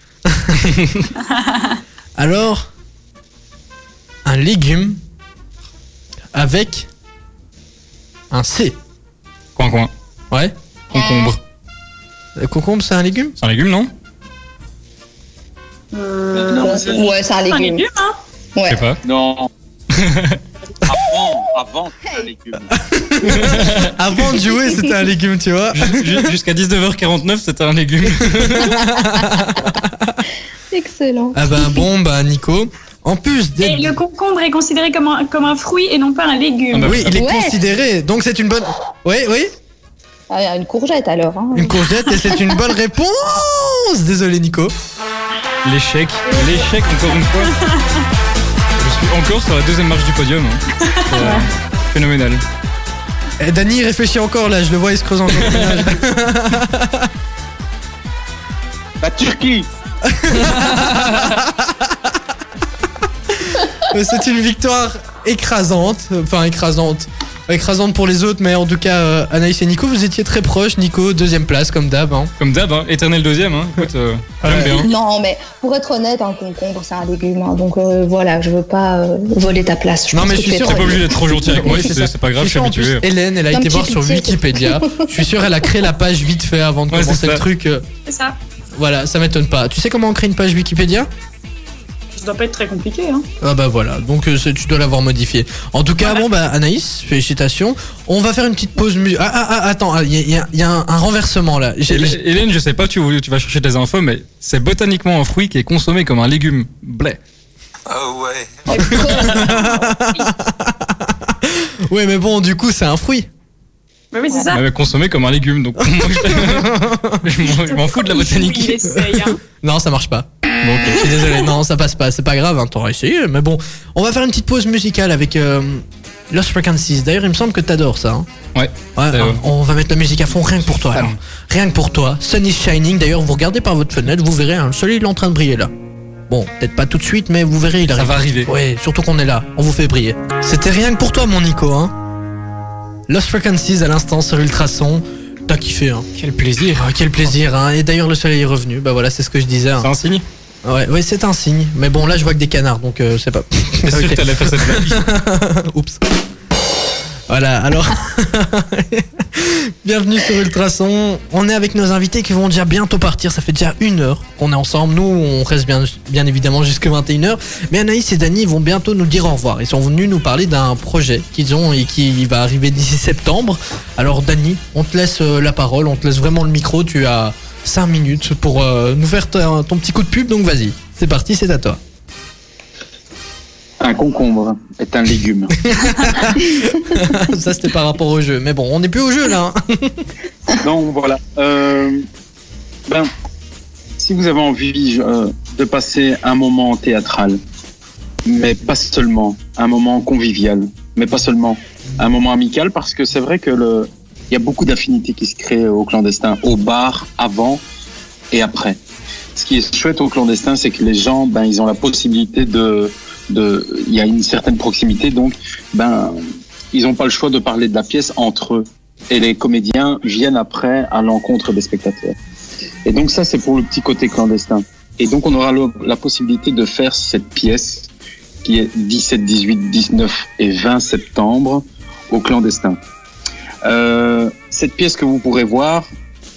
Alors, un légume avec un C. Coin. Ouais. Concombre. Le concombre, c'est un légume? C'est un légume, non? Ouais, c'est un C'est un légume. légume, hein? Je Ouais. sais pas. Non. Avant, c'était un légume. Avant de jouer, c'était un légume, tu vois. Jusqu'à 19h49, c'était un légume. Excellent. Ah bah Nico. En plus Et d'être... le concombre est considéré comme un fruit et non pas un légume. Ah bah, Oui, il est Ouais. considéré. Donc c'est une bonne... Oui. Ah, il y a une courgette alors. Hein. Une courgette et c'est une bonne réponse. Désolé Nico. L'échec encore une fois. Je suis encore sur la deuxième marche du podium. Hein. C'est, phénoménal. Et Dany il réfléchit encore là, je le vois, il se creuse encore. La Turquie. C'est une victoire écrasante. Enfin écrasante pour les autres, mais en tout cas Anaïs et Nico, vous étiez très proches. Nico, 2ème place comme d'hab. Hein. Comme d'hab, hein. Éternel deuxième. Hein. Écoute, j'aime bien. Non, mais pour être honnête, un concombre, c'est un légume. Hein, donc voilà, je veux pas voler ta place. Non, pense mais que je suis tu es sûr, T'es très pas obligé bien. d'être trop gentil avec moi, Oui, c'est ça. c'est pas grave, je suis En plus, habitué. Hélène, elle a Un été petit voir sur pitié. Wikipédia. Je suis sûr, elle a créé la page vite fait avant de Ouais, commencer c'est le ça. truc. C'est ça. Voilà, ça m'étonne pas. Tu sais comment on crée une page Wikipédia? Ça doit pas être très compliqué, hein. Ah bah voilà, donc tu dois l'avoir modifié. En tout cas, bon bah Anaïs, félicitations. On va faire une petite pause musique. Attends, il y a un renversement là. Hélène, je sais pas, tu vas chercher des infos, mais c'est botaniquement un fruit qui est consommé comme un légume. Blé. Ouais, mais bon, du coup, c'est un fruit. Bah oui, c'est ça. Mais consommé comme un légume, donc moi, je m'en fous de la botanique. Il essaye, hein. Non, ça marche pas. Bon, ok, je suis désolé, non, ça passe pas. C'est pas grave, hein, t'auras essayé, mais bon. On va faire une petite pause musicale avec Lost Frequencies. D'ailleurs, il me semble que t'adores ça. Hein. Ouais. On va mettre la musique à fond rien que pour toi. Alors. Rien que pour toi. Sun is shining. D'ailleurs, vous regardez par votre fenêtre, vous verrez, hein, le soleil il est en train de briller là. Bon, peut-être pas tout de suite, mais vous verrez, il arrive. Ça va arriver. Ouais, surtout qu'on est là. On vous fait briller. C'était rien que pour toi, mon Nico. Hein. Lost Frequencies à l'instant sur Ultrason. T'as kiffé, hein. Quel plaisir. Ah, quel plaisir, hein. Et d'ailleurs, le soleil est revenu. Bah voilà, c'est ce que je disais. Hein. C'est un signe. Ouais, c'est un signe. Mais bon, là, je vois que des canards, donc c'est pas. C'est sûr que t'allais faire cette blague. Oups. Voilà, alors. Bienvenue sur Ultrason. On est avec nos invités qui vont déjà bientôt partir. Ça fait déjà 1 heure qu'on est ensemble. Nous, on reste bien évidemment jusqu'à 21h. Mais Anaïs et Dany vont bientôt nous dire au revoir. Ils sont venus nous parler d'un projet qu'ils ont et qui va arriver d'ici septembre. Alors, Dany, on te laisse la parole. On te laisse vraiment le micro. Tu as 5 minutes pour nous faire ton petit coup de pub. Donc, vas-y. C'est parti, c'est à toi. Un concombre est un légume. Ça, c'était par rapport au jeu. Mais bon, on n'est plus au jeu là. Hein. Non, voilà. Si vous avez envie de passer un moment théâtral, mais pas seulement, un moment convivial, mais pas seulement, un moment amical, parce que c'est vrai que il y a beaucoup d'affinités qui se créent au clandestin, au bar, avant et après. Ce qui est chouette au clandestin, c'est que les gens, ils ont la possibilité il y a une certaine proximité, donc ils n'ont pas le choix de parler de la pièce entre eux, et les comédiens viennent après à l'encontre des spectateurs. Et donc ça, c'est pour le petit côté clandestin. Et donc on aura la possibilité de faire cette pièce qui est 17, 18, 19 et 20 septembre au clandestin. Cette pièce que vous pourrez voir, elle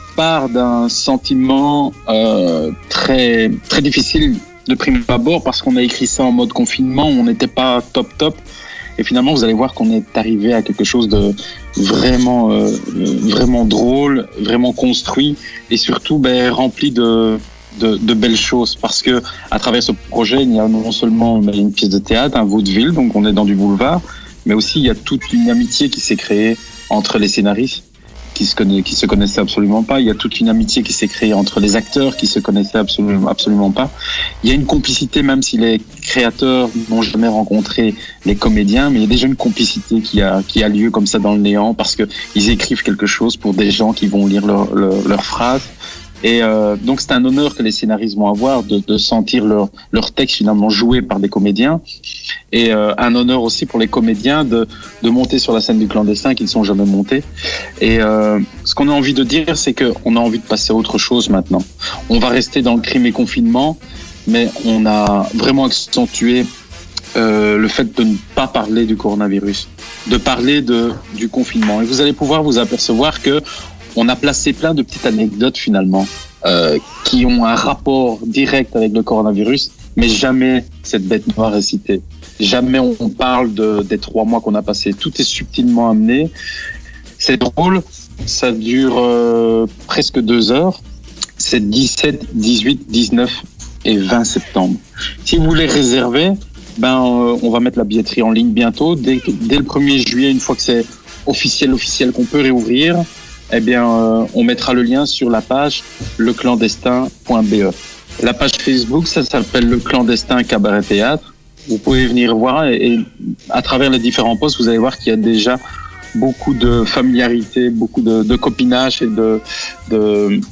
part d'un sentiment très très difficile de prime abord parce qu'on a écrit ça en mode confinement, on n'était pas top. Et finalement, vous allez voir qu'on est arrivé à quelque chose de vraiment vraiment drôle, vraiment construit et surtout rempli de belles choses, parce que à travers ce projet, il y a non seulement une pièce de théâtre, un vaudeville, donc on est dans du boulevard, mais aussi il y a toute une amitié qui s'est créée entre les scénaristes qui se connaissaient absolument pas. Il y a toute une amitié qui s'est créée entre les acteurs qui se connaissaient absolument pas. Il y a une complicité, même si les créateurs n'ont jamais rencontré les comédiens, mais il y a déjà une complicité qui a lieu comme ça dans le néant, parce que ils écrivent quelque chose pour des gens qui vont lire leurs phrases. Et donc c'est un honneur que les scénaristes vont avoir de sentir leur texte finalement joué par des comédiens, et un honneur aussi pour les comédiens de monter sur la scène du clandestin qu'ils ne sont jamais montés. Et ce qu'on a envie de dire, c'est qu'on a envie de passer à autre chose maintenant. On va rester dans le crime et confinement, mais on a vraiment accentué le fait de ne pas parler du coronavirus, de parler du confinement. Et vous allez pouvoir vous apercevoir que on a placé plein de petites anecdotes finalement qui ont un rapport direct avec le coronavirus, mais jamais cette bête noire est citée. Jamais on parle des 3 mois qu'on a passés. Tout est subtilement amené. C'est drôle, ça dure presque 2 heures. C'est 17, 18, 19 et 20 septembre. Si vous voulez réserver, on va mettre la billetterie en ligne bientôt. Dès le 1er juillet, une fois que c'est officiel qu'on peut réouvrir, on mettra le lien sur la page leclandestin.be. La page Facebook, ça s'appelle Le Clandestin Cabaret Théâtre. Vous pouvez venir voir et à travers les différents posts, vous allez voir qu'il y a déjà beaucoup de familiarité, beaucoup de copinage et de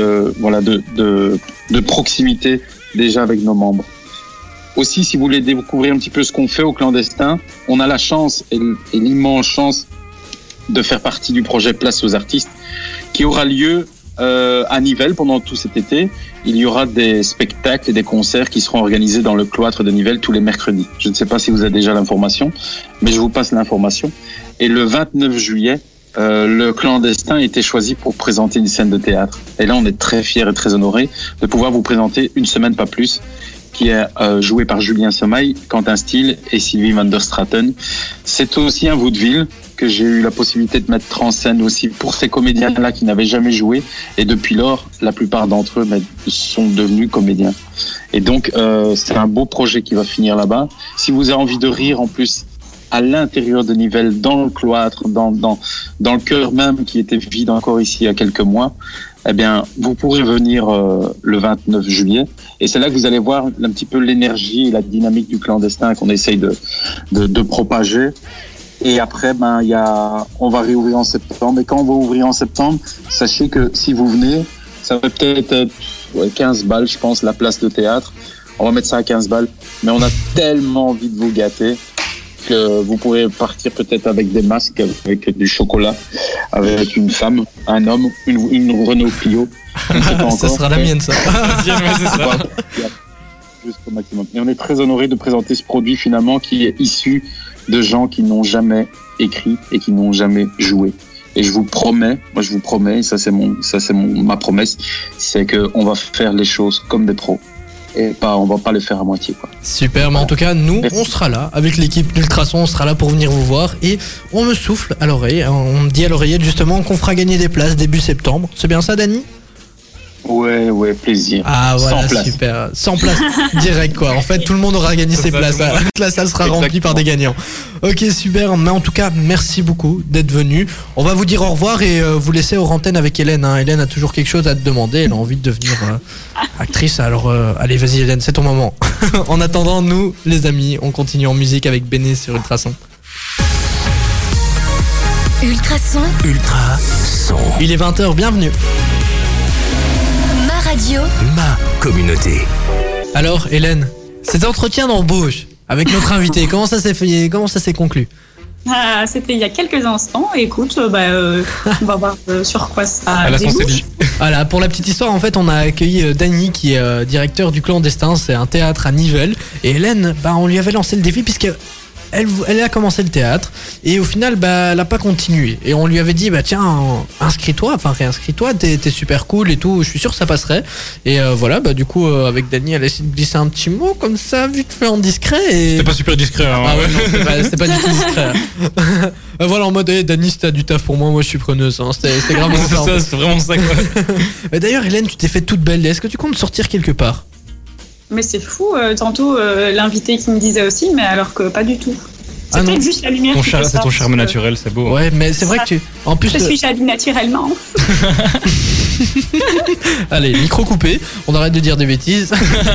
proximité déjà avec nos membres. Aussi, si vous voulez découvrir un petit peu ce qu'on fait au Clandestin, on a la chance et l'immense chance de faire partie du projet Place aux artistes qui aura lieu à Nivelles pendant tout cet été. Il y aura des spectacles et des concerts qui seront organisés dans le cloître de Nivelles tous les mercredis. Je ne sais pas si vous avez déjà l'information, mais je vous passe l'information. Et le 29 juillet, le Clandestin a été choisi pour présenter une scène de théâtre. Et là, on est très fiers et très honorés de pouvoir vous présenter Une semaine pas plus, qui est joué par Julien Sommeil, Quentin Steele et Sylvie van der Straten. C'est aussi un vaudeville que j'ai eu la possibilité de mettre en scène aussi pour ces comédiens-là qui n'avaient jamais joué. Et depuis lors, la plupart d'entre eux sont devenus comédiens. Et donc, c'est un beau projet qui va finir là-bas. Si vous avez envie de rire en plus à l'intérieur de Nivelles, dans le cloître, dans le cœur même qui était vide encore ici il y a quelques mois, vous pourrez venir le 29 juillet. Et c'est là que vous allez voir un petit peu l'énergie et la dynamique du Clandestin qu'on essaye de propager. Et après, on va réouvrir en septembre. Et quand on va ouvrir en septembre, sachez que si vous venez, ça va peut-être être 15 balles, je pense, la place de théâtre. On va mettre ça à 15 balles. Mais on a tellement envie de vous gâter que vous pourrez partir peut-être avec des masques, avec du chocolat, avec une femme, un homme, une Renault Clio. Ça sera la mienne, ça. Juste au maximum. Et on est très honoré de présenter ce produit finalement qui est issu de gens qui n'ont jamais écrit et qui n'ont jamais joué. Et je vous promets, et ça c'est ma promesse, c'est que on va faire les choses comme des pros. Et on va pas les faire à moitié, quoi. Super, mais en tout cas, nous, on sera là avec l'équipe d'Ultrason, on sera là pour venir vous voir et on me souffle à l'oreille, on me dit à l'oreillette justement qu'on fera gagner des places début septembre. C'est bien ça, Dany ? Ouais, plaisir. Ah voilà, 100 places. Super. 100 places direct, quoi. En fait, tout le monde aura gagné ses places. La salle sera remplie par des gagnants. Ok, super. Mais en tout cas, merci beaucoup d'être venu. On va vous dire au revoir et vous laisser hors antenne avec Hélène. Hélène a toujours quelque chose à te demander. Elle a envie de devenir actrice. Alors, allez, vas-y, Hélène, c'est ton moment. En attendant, nous, les amis, on continue en musique avec Béné sur Ultrason. Ultrason. Il est 20h, bienvenue. Radio. Ma communauté. Alors, Hélène, cet entretien d'embauche avec notre invité, comment ça s'est fait, comment ça s'est conclu ? C'était il y a quelques instants. Écoute, on va voir sur quoi ça débouche. Voilà, pour la petite histoire, en fait, on a accueilli Dany qui est directeur du Clandestin. C'est un théâtre à Nivelles. Et Hélène, on lui avait lancé le défi puisque elle a commencé le théâtre et au final elle a pas continué et on lui avait dit tiens inscris-toi, enfin réinscris-toi, t'es super cool et tout, je suis sûr que ça passerait et voilà du coup avec Dany elle a essayé de glisser un petit mot comme ça vite fait en discret et... C'était pas super discret hein. Ah ouais non c'était pas du tout discret. Voilà en mode Dany si t'as du taf pour moi je suis preneuse hein. C'était grave c'est ça, ça, c'est vraiment ça quoi. Mais d'ailleurs Hélène tu t'es fait toute belle, est-ce que tu comptes sortir quelque part? Mais c'est fou, tantôt l'invité qui me disait aussi, mais alors que pas du tout. C'est peut-être juste la lumière. C'est ton charme naturel, c'est beau. Ouais, mais c'est vrai que tu. En plus. Je suis jolie naturellement. Allez, micro coupé, on arrête de dire des bêtises.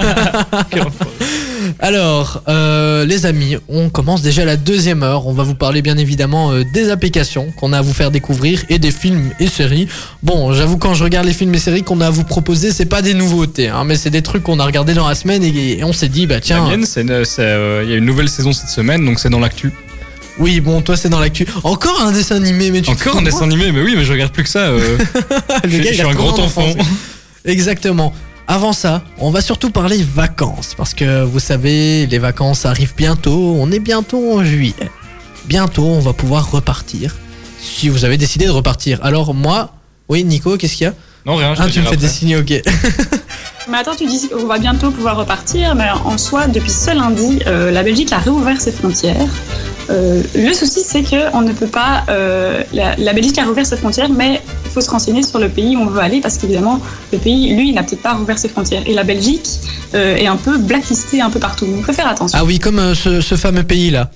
Alors, les amis, on commence déjà la 2e heure. On va vous parler bien évidemment des applications qu'on a à vous faire découvrir et des films et séries. Bon, j'avoue quand je regarde les films et séries qu'on a à vous proposer, c'est pas des nouveautés, hein, mais c'est des trucs qu'on a regardé dans la semaine et on s'est dit tiens. La mienne, il y a une nouvelle saison cette semaine, donc c'est dans l'actu. Oui, bon, toi c'est dans l'actu. Encore un dessin animé, mais encore un dessin animé, mais oui, mais je regarde plus que ça. Je suis un grand enfant. Exactement. Avant ça, on va surtout parler vacances, parce que vous savez, les vacances arrivent bientôt, on est bientôt en juillet. Bientôt, on va pouvoir repartir, si vous avez décidé de repartir. Alors moi, oui Nico, qu'est-ce qu'il y a? Non, rien, tu me fais des signes, ok. Mais attends, tu dis qu'on va bientôt pouvoir repartir, mais en soi, depuis ce lundi, la Belgique a réouvert ses frontières. Le souci, c'est qu'on ne peut pas... la Belgique a rouvert ses frontières, mais il faut se renseigner sur le pays où on veut aller, parce qu'évidemment, le pays, lui, il n'a peut-être pas rouvert ses frontières. Et la Belgique est un peu blacklistée un peu partout. Donc, il faut faire attention. Ah oui, comme ce fameux pays-là.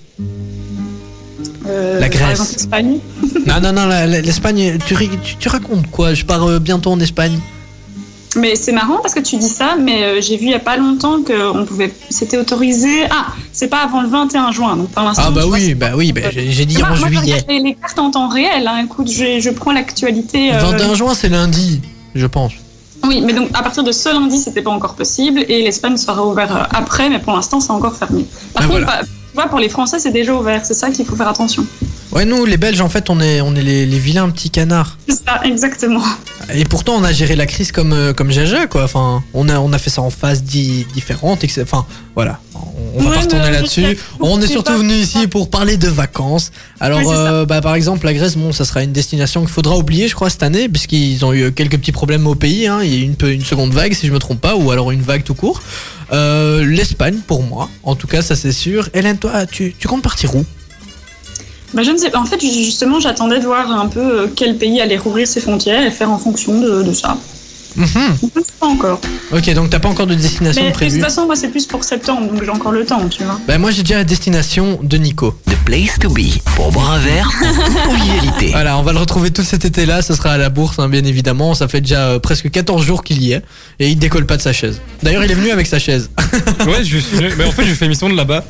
La Grèce. Par exemple, l'Espagne. Non, l'Espagne, tu racontes quoi? Je pars bientôt en Espagne. Mais c'est marrant parce que tu dis ça, mais j'ai vu il y a pas longtemps que c'était autorisé. Ah, c'est pas avant le 21 juin, donc pour l'instant. Ah bah oui, j'ai dit en juillet. Moi, les cartes en temps réel. Hein, écoute, je prends l'actualité. 21 juin, c'est lundi, je pense. Oui, mais donc à partir de ce lundi, c'était pas encore possible et l'Espagne sera ouverte après, mais pour l'instant, c'est encore fermé. Par contre, voilà. Tu vois, pour les Français, c'est déjà ouvert. C'est ça qu'il faut faire attention. Ouais, nous, les Belges, en fait, on est les vilains petits canards. C'est ça, exactement. Et pourtant, on a géré la crise comme Jaja, quoi. Enfin, on a fait ça en phases différentes. Enfin, voilà. On va pas retourner là-dessus. On est surtout venu ici pour parler de vacances. Alors, oui, par exemple, la Grèce, bon, ça sera une destination qu'il faudra oublier, je crois, cette année, puisqu'ils ont eu quelques petits problèmes au pays. Hein. Il y a eu une seconde vague, si je me trompe pas, ou alors une vague tout court. L'Espagne, pour moi. En tout cas, ça c'est sûr. Hélène, toi, tu comptes partir où? Bah, je ne sais pas. En fait, justement, j'attendais de voir un peu quel pays allait rouvrir ses frontières et faire en fonction de ça. Je ne sais pas encore. Ok, donc t'as pas encore de destination prévue. De toute façon, moi, c'est plus pour septembre, donc j'ai encore le temps, tu vois. Bah, moi, j'ai déjà la destination de Nico. The place to be. Pour boire un verre en toute convivialité. Voilà, on va le retrouver tout cet été-là. Ce sera à la bourse, hein, bien évidemment. Ça fait déjà presque 14 jours qu'il y est. Et il décolle pas de sa chaise. D'ailleurs, il est venu avec sa chaise. Ouais, mais en fait, je fais émission de là-bas.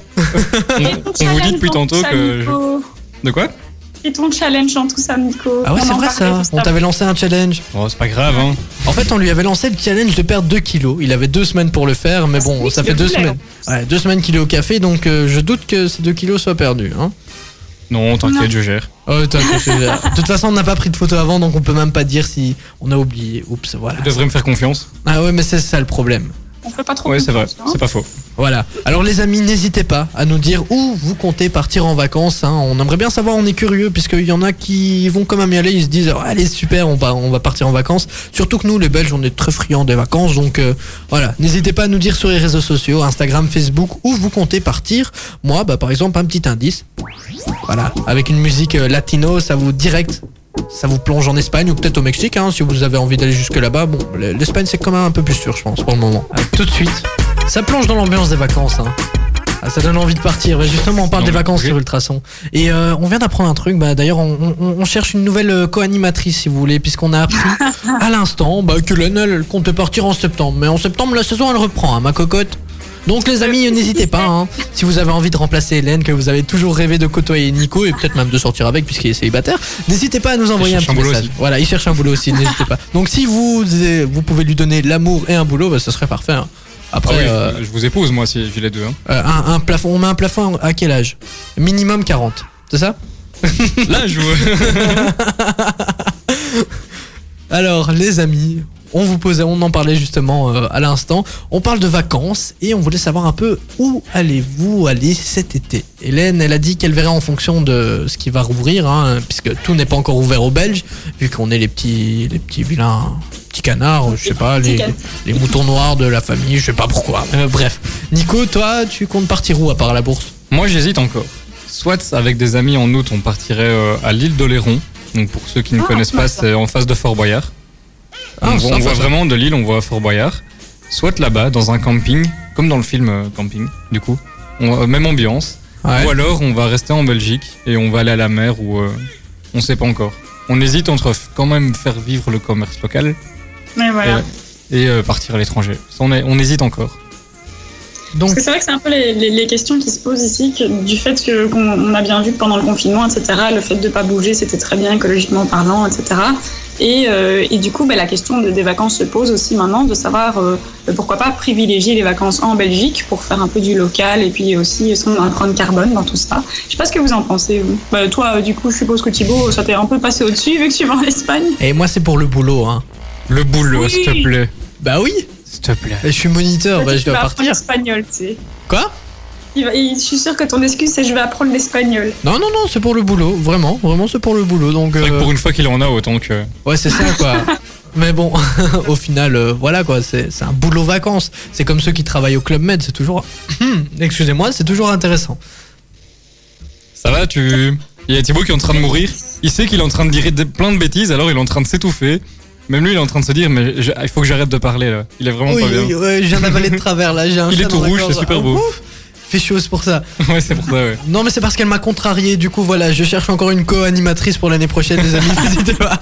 On vous dit depuis tantôt que... De quoi? Et ton challenge en tout ça, Nico. Ah ouais, c'est vrai ça. On t'avait lancé un challenge. Oh, c'est pas grave, hein. En fait, on lui avait lancé le challenge de perdre 2 kilos. Il avait 2 semaines pour le faire, mais bon, ça fait 2 semaines. Ouais, 2 semaines qu'il est au café, donc je doute que ces 2 kilos soient perdus, hein. Non, t'inquiète, je gère. Oh, t'inquiète, je gère. De toute façon, on n'a pas pris de photo avant, donc on peut même pas dire si on a oublié. Oups, voilà. Tu devrais me faire confiance. Ah ouais, mais c'est ça le problème. On fait pas trop. Ouais, c'est vrai, c'est pas faux. Voilà. Alors les amis, n'hésitez pas à nous dire où vous comptez partir en vacances. Hein. On aimerait bien savoir, on est curieux, puisqu'il y en a qui vont quand même y aller. Ils se disent, oh, allez super, on va partir en vacances. Surtout que nous, les Belges, on est très friands des vacances. Donc voilà, n'hésitez pas à nous dire sur les réseaux sociaux, Instagram, Facebook, où vous comptez partir. Moi, par exemple, un petit indice. Voilà, avec une musique latino, ça vous plonge en Espagne ou peut-être au Mexique, hein, si vous avez envie d'aller jusque là-bas. Bon, l'Espagne c'est quand même un peu plus sûr, je pense, pour le moment. Tout de suite, ça plonge dans l'ambiance des vacances. Hein. Ah, ça donne envie de partir. Justement, on parle des vacances sur Ultrason. Et on vient d'apprendre un truc. D'ailleurs, on cherche une nouvelle co-animatrice, si vous voulez, puisqu'on a appris à l'instant que Hélène, elle compte partir en septembre. Mais en septembre, la saison, elle reprend, hein, ma cocotte. Donc les amis, n'hésitez pas, hein, si vous avez envie de remplacer Hélène, que vous avez toujours rêvé de côtoyer Nico et peut-être même de sortir avec puisqu'il est célibataire, n'hésitez pas à nous envoyer un petit message. Aussi. Voilà, il cherche un boulot aussi, n'hésitez pas. Donc si vous pouvez lui donner l'amour et un boulot, ce serait parfait. Hein. Après, je vous épouse moi si j'ai les deux. Hein. Un plafond, on met un plafond à quel âge? Minimum 40, c'est ça? Là, je Alors les amis, on en parlait justement à l'instant. On parle de vacances et on voulait savoir un peu où allez-vous aller cet été. Hélène, elle a dit qu'elle verrait en fonction de ce qui va rouvrir, hein, puisque tout n'est pas encore ouvert aux Belges, vu qu'on est les petits vilains petits canards, je sais pas, les moutons noirs de la famille, je sais pas pourquoi. Bref. Nico, toi, tu comptes partir où à part la bourse? Moi, j'hésite encore. Soit avec des amis en août, on partirait à l'île d'Oléron. Donc pour ceux qui ne connaissent pas, c'est en face de Fort Boyard. On voit vraiment de l'île, on voit Fort Boyard. Soit là-bas, dans un camping, comme dans le film Camping, du coup. Même ambiance. Ouais. Ou alors, on va rester en Belgique et on va aller à la mer où on sait pas encore. On hésite entre quand même faire vivre le commerce local et partir à l'étranger. On hésite encore. Donc... Parce que c'est vrai que c'est un peu les questions qui se posent ici, du fait qu'on a bien vu que pendant le confinement, etc., le fait de ne pas bouger, c'était très bien écologiquement parlant, etc. Et du coup, la question des vacances se pose aussi maintenant, de savoir pourquoi pas privilégier les vacances en Belgique pour faire un peu du local et puis aussi son empreinte carbone dans tout ça. Je sais pas ce que vous en pensez, vous. Toi, du coup, je suppose que Thibaut, ça t'est un peu passé au-dessus vu que tu vas en Espagne. Et moi, c'est pour le boulot, hein. Le boulot, s'il te plaît. Bah oui. S'il te plaît. Je suis moniteur, je dois partir. L'espagnol, tu sais. Quoi? Je suis sûr que ton excuse, c'est je vais apprendre l'espagnol. Non, c'est pour le boulot, vraiment c'est pour le boulot. Donc, c'est vrai que pour une fois qu'il en a autant que... Ouais, c'est ça, quoi. Mais bon, au final, voilà, quoi, c'est un boulot vacances. C'est comme ceux qui travaillent au Club Med, c'est toujours... Excusez-moi, c'est toujours intéressant. Ça va, il y a Thibaut qui est en train de mourir. Il sait qu'il est en train de dire plein de bêtises, alors il est en train de s'étouffer. Même lui, il est en train de se dire, mais il faut que j'arrête de parler, là. Il est vraiment pas bien. Oui, je viens d'avaler de travers, là. Il est tout rouge, c'est super beau. Fait chaud, c'est pour ça. Ouais, c'est pour ça, ouais. Non, mais c'est parce qu'elle m'a contrarié. Du coup, voilà, je cherche encore une co-animatrice pour l'année prochaine, les amis. N'hésitez pas.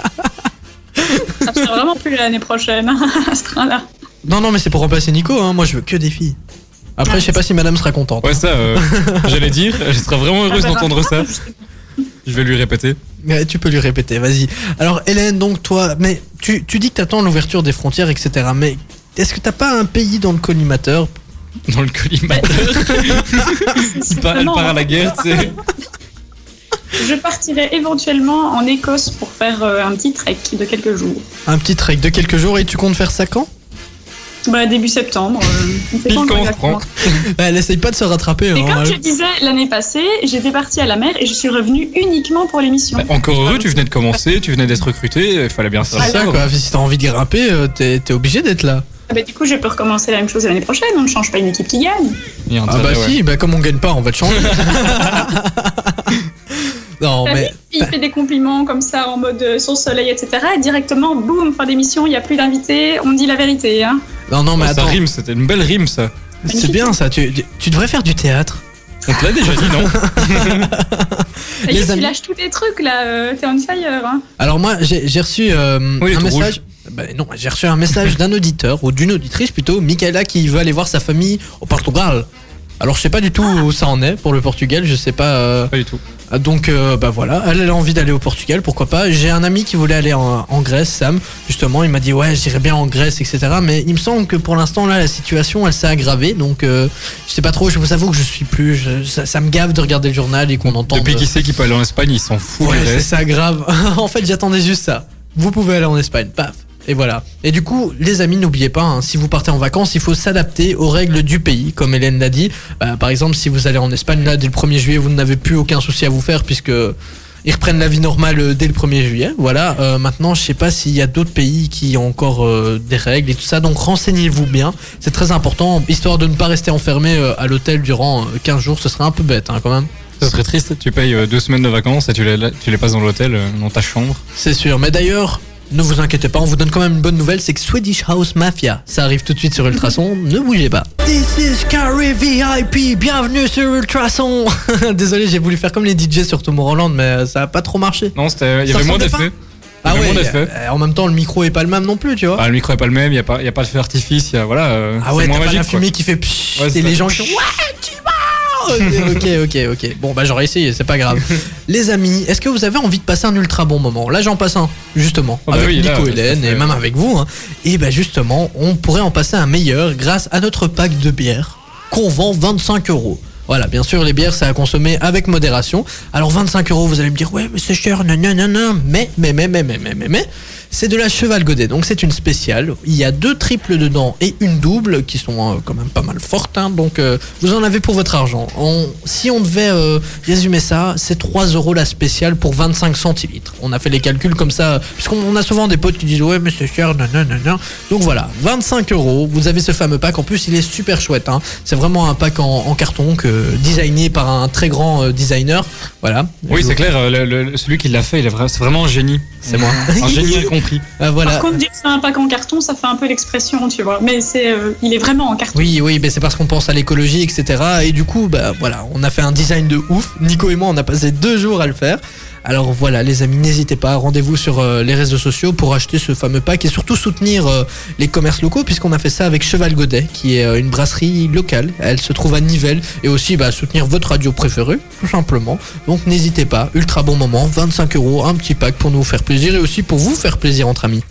Ça sera vraiment plus l'année prochaine, à ce train-là. Non, mais c'est pour remplacer Nico, hein. Moi, je veux que des filles. Après, je sais pas si madame sera contente. Ouais, ça, j'allais dire. Je serais vraiment heureuse d'entendre ça. Je vais lui répéter. Ouais, tu peux lui répéter, vas-y. Alors, Hélène, donc toi, mais tu dis que t'attends l'ouverture des frontières, etc. Mais est-ce que t'as pas un pays dans le collimateur? Dans le collimateur. Elle part à la guerre, tu sais. Je partirai éventuellement en Écosse pour faire un petit trek de quelques jours. Un petit trek de quelques jours, et tu comptes faire ça quand? Début septembre. Pile quand on reprend. Elle essaye pas de se rattraper. Et comme je disais l'année passée, j'étais partie à la mer et je suis revenue uniquement pour l'émission. Encore heureux, tu venais de commencer, tu venais d'être recruté, il fallait bien faire ça. Quoi. Si t'as envie de grimper, t'es obligé d'être là. Du coup, je peux recommencer la même chose l'année prochaine. On ne change pas une équipe qui gagne. Si, comme on gagne pas, on va te changer. Non, mais... Il fait des compliments comme ça en mode sur le soleil, etc. Et directement, boum, fin d'émission, il n'y a plus d'invités, on dit la vérité. Hein. Non, mais attends. Ça rime, c'était une belle rime, ça. C'est bien, ça. Tu devrais faire du théâtre. On te l'a déjà dit, non? Tu lâches tous tes trucs, là. T'es on fire. Hein. Alors moi, j'ai reçu un message... j'ai reçu un message d'un auditeur, ou d'une auditrice plutôt, Michaela, qui veut aller voir sa famille au Portugal. Alors je sais pas du tout où ça en est pour le Portugal, je sais pas... Pas du tout. Donc voilà, elle a envie d'aller au Portugal, pourquoi pas. J'ai un ami qui voulait aller en Grèce, Sam, justement, il m'a dit ouais, j'irais bien en Grèce, etc. Mais il me semble que pour l'instant là, la situation elle s'est aggravée, donc je sais pas trop, je vous avoue que je suis plus, ça me gave de regarder le journal et qu'on entend... Depuis qui sait qu'il peut aller en Espagne, il s'en fout. Ouais, c'est ça, grave. En fait, j'attendais juste ça. Vous pouvez aller en Espagne, paf. Et voilà. Et du coup, les amis, n'oubliez pas, hein, si vous partez en vacances, il faut s'adapter aux règles du pays, comme Hélène l'a dit. Par exemple, si vous allez en Espagne, là, dès le 1er juillet, vous n'avez plus aucun souci à vous faire, puisque ils reprennent la vie normale dès le 1er juillet. Voilà. Maintenant, je sais pas s'il y a d'autres pays qui ont encore des règles et tout ça, donc renseignez-vous bien. C'est très important, histoire de ne pas rester enfermé à l'hôtel durant 15 jours. Ce serait un peu bête, hein, quand même. Ça serait triste, tu payes 2 semaines de vacances et tu les passes dans l'hôtel, dans ta chambre. C'est sûr, mais d'ailleurs... Ne vous inquiétez pas, on vous donne quand même une bonne nouvelle, c'est que Swedish House Mafia, ça arrive tout de suite sur Ultrason, ne bougez pas. This is Carré VIP, bienvenue sur Ultrason. Désolé, j'ai voulu faire comme les DJ sur Tomorrowland, mais ça a pas trop marché. Non, il y avait moins d'effets. Ah ouais, en même temps le micro est pas le même non plus, tu vois. Le micro est pas le même, il y a pas de feu d'artifice, voilà. Ah ouais, c'est moins t'as magique, pas la fumée qui fait pshhh, et les gens qui font ouais, tu vas. Ok. Bon, j'aurais essayé, c'est pas grave. Les amis, est-ce que vous avez envie de passer un ultra bon moment? Là, j'en passe un, justement, avec Nico, Hélène et même avec vous. Hein. Et justement, on pourrait en passer un meilleur grâce à notre pack de bière qu'on vend 25 €. Voilà, bien sûr, les bières, c'est à consommer avec modération. Alors 25 €, vous allez me dire, ouais, mais c'est cher, non. Mais, c'est de la Cheval Godet. Donc c'est une spéciale. Il y a 2 triples dedans et une double qui sont quand même pas mal fortes. Hein. Donc vous en avez pour votre argent. Si on devait résumer ça, c'est 3 € la spéciale pour 25 centilitres. On a fait les calculs comme ça, puisqu'on a souvent des potes qui disent ouais mais c'est cher, nanana. Donc voilà, 25 €. Vous avez ce fameux pack. En plus il est super chouette. Hein. C'est vraiment un pack en carton designé par un très grand designer. Voilà. Oui, c'est clair. Celui qui l'a fait, c'est vraiment un génie. C'est moi. Un génie incompris. Voilà. Par contre, dire que c'est un pack en carton, ça fait un peu l'expression, tu vois. Mais il est vraiment en carton. Oui, mais c'est parce qu'on pense à l'écologie, etc. Et du coup, voilà, on a fait un design de ouf. Nico et moi, on a passé 2 jours à le faire. Alors voilà, les amis, n'hésitez pas, rendez-vous sur les réseaux sociaux pour acheter ce fameux pack et surtout soutenir les commerces locaux, puisqu'on a fait ça avec Cheval Godet, qui est une brasserie locale. Elle se trouve à Nivelles, et aussi soutenir votre radio préférée, tout simplement. Donc n'hésitez pas, ultra bon moment, 25 €, un petit pack pour nous faire plaisir et aussi pour vous faire plaisir entre amis.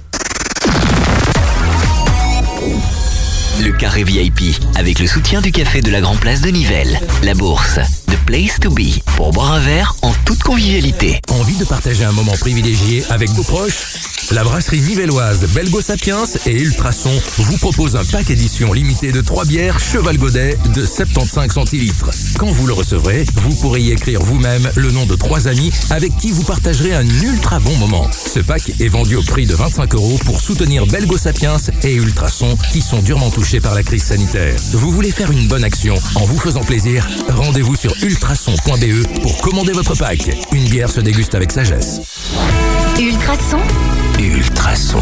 Le carré VIP, avec le soutien du café de la Grand Place de Nivelles, la bourse, The Place to Be, pour boire un verre en toute convivialité. Envie de partager un moment privilégié avec vos proches ? La brasserie nivelloise Belgo Sapiens et Ultrason vous propose un pack édition limitée de 3 bières Cheval Godet de 75 centilitres. Quand vous le recevrez, vous pourrez y écrire vous-même le nom de 3 amis avec qui vous partagerez un ultra bon moment. Ce pack est vendu au prix de 25 € pour soutenir Belgo Sapiens et Ultrason qui sont durement touchés par la crise sanitaire. Vous voulez faire une bonne action en vous faisant plaisir ? Rendez-vous sur ultrason.be pour commander votre pack. Une bière se déguste avec sagesse. Ultrason. Ultrason.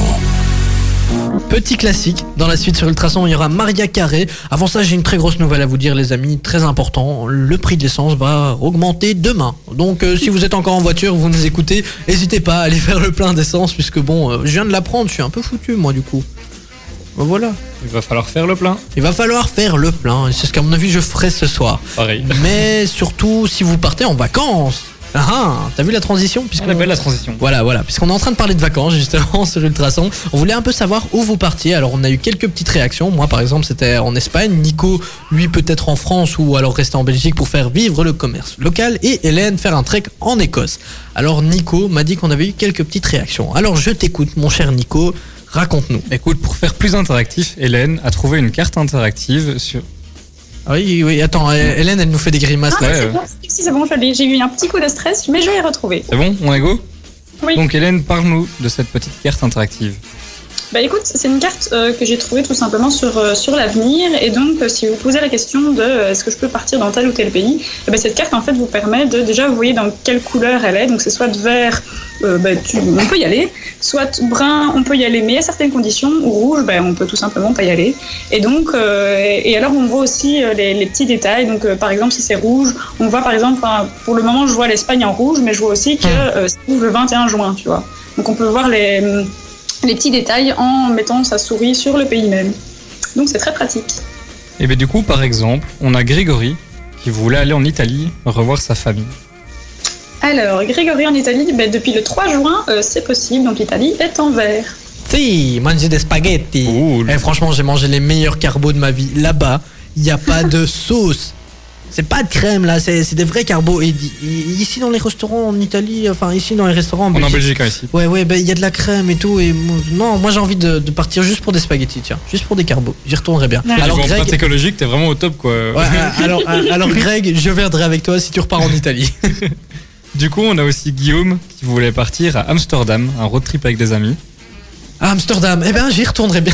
Petit classique, dans la suite sur Ultrason, il y aura Maria Carré. Avant ça, j'ai une très grosse nouvelle à vous dire, les amis, très important. Le prix de l'essence va augmenter demain. Donc, si vous êtes encore en voiture, vous nous écoutez, n'hésitez pas à aller faire le plein d'essence, puisque je viens de l'apprendre, je suis un peu foutu, moi, du coup. Voilà. Il va falloir faire le plein. Il va falloir faire le plein, et c'est ce qu'à mon avis, je ferai ce soir. Pareil. Mais surtout, si vous partez en vacances. T'as vu la transition? On a belle la transition. Voilà, puisqu'on est en train de parler de vacances justement sur Ultrason, on voulait un peu savoir où vous partiez. Alors on a eu quelques petites réactions. Moi par exemple c'était en Espagne, Nico lui peut-être en France ou alors rester en Belgique pour faire vivre le commerce local, et Hélène faire un trek en Écosse. Alors Nico m'a dit qu'on avait eu quelques petites réactions. Alors je t'écoute mon cher Nico, raconte-nous. Écoute, pour faire plus interactif, Hélène a trouvé une carte interactive sur... Ah oui, attends, Hélène elle nous fait des grimaces là. C'est bon, j'ai eu un petit coup de stress, mais je l'ai retrouvé. C'est bon, on est go? Oui. Donc Hélène, parle-nous de cette petite carte interactive. Écoute, c'est une carte que j'ai trouvée tout simplement sur l'avenir, et donc si vous posez la question de est-ce que je peux partir dans tel ou tel pays, cette carte en fait vous permet de déjà vous voyez dans quelle couleur elle est, donc c'est soit vert, on peut y aller, soit brun, on peut y aller mais à certaines conditions, ou rouge, on peut tout simplement pas y aller. Et donc, et alors on voit aussi les petits détails, donc par exemple si c'est rouge, on voit par exemple, pour le moment je vois l'Espagne en rouge, mais je vois aussi que c'est le 21 juin, tu vois. Donc on peut voir les petits détails en mettant sa souris sur le pays même. Donc c'est très pratique. Et du coup, par exemple, on a Grégory qui voulait aller en Italie revoir sa famille. Alors, Grégory en Italie, depuis le 3 juin, c'est possible, donc l'Italie est en vert. Si, manger des spaghettis. Franchement, j'ai mangé les meilleurs carbos de ma vie. Là-bas, il n'y a pas de sauce. C'est pas de crème là, c'est des vrais carbos. Et ici dans les restaurants en Italie, enfin ici dans les restaurants en Belgique ici. Ouais, il y a de la crème et tout. Et non, moi j'ai envie de partir juste pour des spaghettis, tiens, juste pour des carbos. J'y retournerai bien. Ouais. Alors Greg, en écologique, t'es vraiment au top quoi. Ouais, alors Greg, je viendrai avec toi si tu repars en Italie. Du coup, on a aussi Guillaume qui voulait partir à Amsterdam, un road trip avec des amis. Ah, Amsterdam, j'y retournerai bien.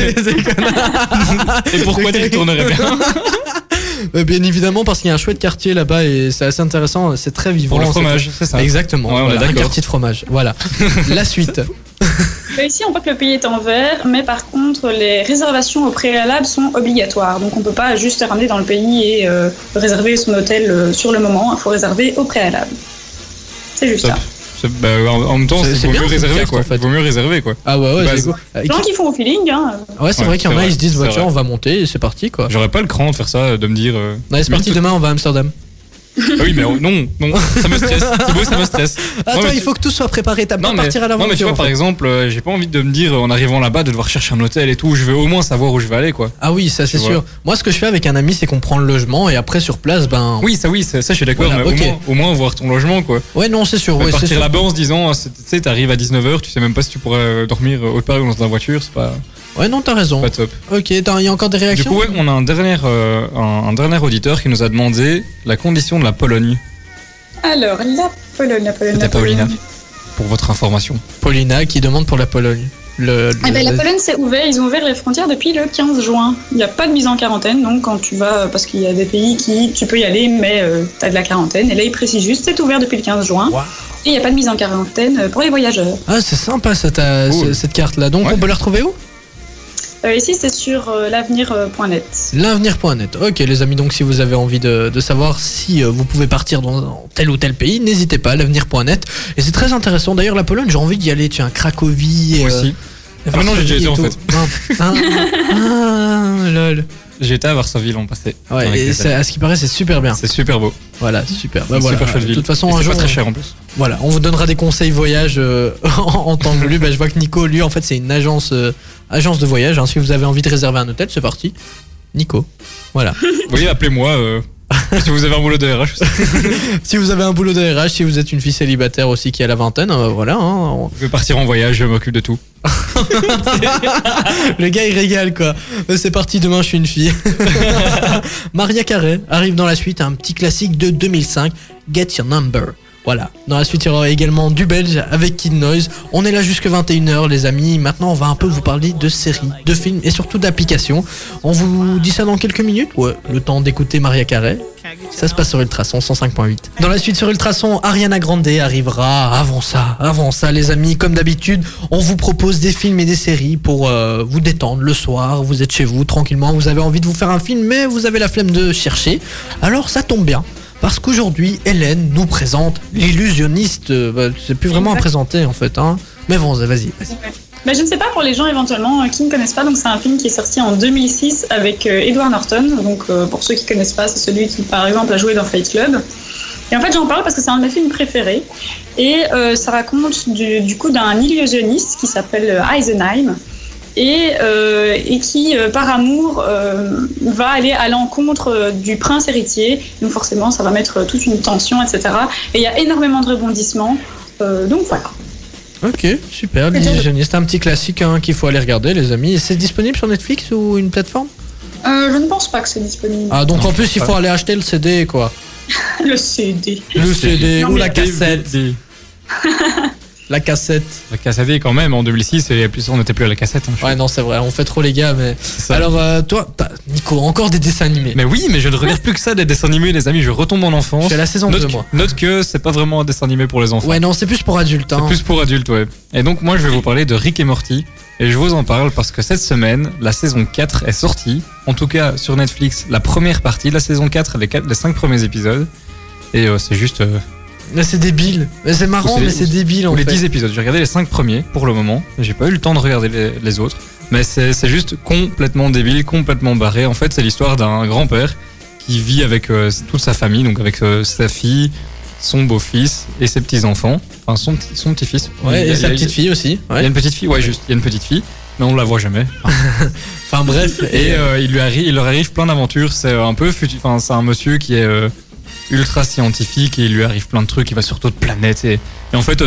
Et pourquoi tu y retournerais bien? Bien évidemment parce qu'il y a un chouette quartier là-bas et c'est assez intéressant, c'est très vivant. Pour le fromage, c'est ça. Exactement, ouais, un quartier de fromage. Voilà. La suite. Ici, on voit que le pays est en vert, mais par contre, les réservations au préalable sont obligatoires. Donc, on ne peut pas juste ramener dans le pays et réserver son hôtel sur le moment. Il faut réserver au préalable. C'est juste ça. En même temps, c'est mieux réserver quoi. En fait. Vaut mieux réserver quoi. Ah ouais, c'est cool. Les gens qui font au feeling. Ouais, c'est vrai qu'il y en a, ils se disent, tiens, on va monter et c'est parti quoi. J'aurais pas le cran de faire ça, de me dire. Ouais, c'est parti, demain on va à Amsterdam. Oui, mais non, ça me stresse. Thibaut, ça me stresse. Attends, Non, mais il faut que tout soit préparé. T'as pas partir à l'aventure. Non, mais tu vois, en par fait. exemple, j'ai pas envie de me dire en arrivant là-bas de devoir chercher un hôtel et tout. Je veux au moins savoir où je vais aller, quoi. Ah oui, ça c'est Tu vois. sûr. Moi, ce que je fais avec un ami, c'est qu'on prend le logement et après sur place, ben. Oui, ça, je suis d'accord, Voilà, mais ok. au moins voir ton logement, quoi. Ouais, non, c'est sûr. Mais Ouais, c'est partir sûr. là-bas en se disant, tu sais, t'arrives à 19h, tu sais même pas si tu pourrais dormir autre part ou dans ta voiture, c'est pas Ouais, non, t'as raison. top. Ok, il y a encore des Du réactions. coup, ouais, on a un dernier auditeur qui nous a demandé la condition de la Pologne, Alors, la Pologne. C'était Paulina. pour votre information. Paulina qui demande pour la Pologne. La Pologne, c'est ouvert. Ils ont ouvert les frontières depuis le 15 juin. Il n'y a pas de mise en quarantaine, donc quand tu vas, parce qu'il y a des pays qui tu peux y aller, mais tu as de la quarantaine. Et là, ils précisent juste, c'est ouvert depuis le 15 juin. Wow. Et il n'y a pas de mise en quarantaine pour les voyageurs. Ah, c'est sympa Cool. cette carte-là. Donc, Ouais. on peut la retrouver où? Ici, c'est sur l'avenir.net. L'avenir.net. Ok, les amis, donc si vous avez envie de savoir si vous pouvez partir dans tel ou tel pays, n'hésitez pas, l'avenir.net. Et c'est très intéressant. D'ailleurs, la Pologne, j'ai envie d'y aller. Tiens, Cracovie. Moi aussi. Ah, non, j'ai déjà été, en fait. Lol. J'ai été à Varsovie l'an passé. Ouais, Avec et les amis. à ce qui paraît, c'est super bien. C'est super beau. Voilà, super. Bah, C'est voilà. super chouette ville. De toute façon, Et un c'est jour, pas très cher en plus. voilà, on vous donnera des conseils voyage en temps voulu. Bah, je vois que Nico, lui, en fait, c'est une agence de voyage. Hein. Si vous avez envie de réserver un hôtel, c'est parti. Nico. Voilà. Oui, appelez-moi si vous avez un boulot de RH. Si vous avez un boulot de RH, si vous êtes une fille célibataire aussi qui a la vingtaine, voilà. Hein. Je veux partir en voyage, je m'occupe de tout. Le gars, il régale, quoi. C'est parti, demain, je suis une fille. Maria Carey arrive dans la suite, un petit classique de 2005, Get Your Number. Voilà. Dans la suite, il y aura également du belge avec Kid Noise. On est là jusque 21h, les amis. Maintenant, on va un peu vous parler de séries, de films et surtout d'applications. On vous dit ça dans quelques minutes. Ouais, le temps d'écouter Maria Carey. Ça se passe sur Ultrason 105.8. Dans la suite sur Ultrason, Ariana Grande arrivera. Avant ça, les amis, comme d'habitude, on vous propose des films et des séries pour vous détendre le soir. Vous êtes chez vous tranquillement, vous avez envie de vous faire un film, mais vous avez la flemme de chercher. Alors ça tombe bien. Parce qu'aujourd'hui, Hélène nous présente l'illusionniste. C'est plus vraiment à présenter en fait. Hein. Mais bon, vas-y. Mais je ne sais pas pour les gens éventuellement qui ne connaissent pas, donc c'est un film qui est sorti en 2006 avec Edward Norton. Donc pour ceux qui ne connaissent pas, c'est celui qui par exemple a joué dans Fight Club. Et en fait j'en parle parce que c'est un de mes films préférés. Et ça raconte du coup d'un illusionniste qui s'appelle Eisenheim. Et qui, par amour, va aller à l'encontre du prince héritier. Donc forcément, ça va mettre toute une tension, etc. Et il y a énormément de rebondissements. Donc voilà. Ok, super. L'illusionniste, un petit classique hein, qu'il faut aller regarder, les amis. Et c'est disponible sur Netflix ou une plateforme? Je ne pense pas que c'est disponible. Ah, donc en plus, il faut aller acheter le CD, quoi. Le CD. Le CD Non, ou mais la cassette. La cassette. La cassette quand même en 2006 et plus on n'était plus à la cassette. Hein, Ouais, non, c'est vrai, on fait trop les gars, mais. ça. Alors, toi, Nico, encore des dessins animés. Mais oui, mais je ne regarde plus que ça des dessins animés, les amis. Je retombe en Je enfance. suis à la saison 2, Note, moi. note que c'est pas vraiment un dessin animé pour les enfants. Ouais, non, c'est plus pour adultes. Hein. C'est plus pour adultes, ouais. Et donc, moi, je vais vous parler de Rick et Morty. Et je vous en parle parce que cette semaine, la saison 4 est sortie. En tout cas, sur Netflix, la première partie de la saison 4, les 5 premiers épisodes. Et c'est juste. Mais c'est débile. Mais c'est marrant, mais c'est débile en Ou les fait. 10 épisodes. J'ai regardé les 5 premiers pour le moment. J'ai pas eu le temps de regarder les autres. Mais c'est juste complètement débile, complètement barré. En fait, c'est l'histoire d'un grand-père qui vit avec toute sa famille, donc avec sa fille, son beau-fils et ses petits-enfants. Enfin, son petit-fils. Ouais, et sa petite fille aussi. Il y a Ouais. une petite fille, ouais, juste. Il y a une petite fille, mais on la voit jamais. Enfin bref. Et il leur arrive plein d'aventures. C'est un peu enfin, c'est un monsieur qui est ultra scientifique et il lui arrive plein de trucs. Il va sur d'autres planètes et en fait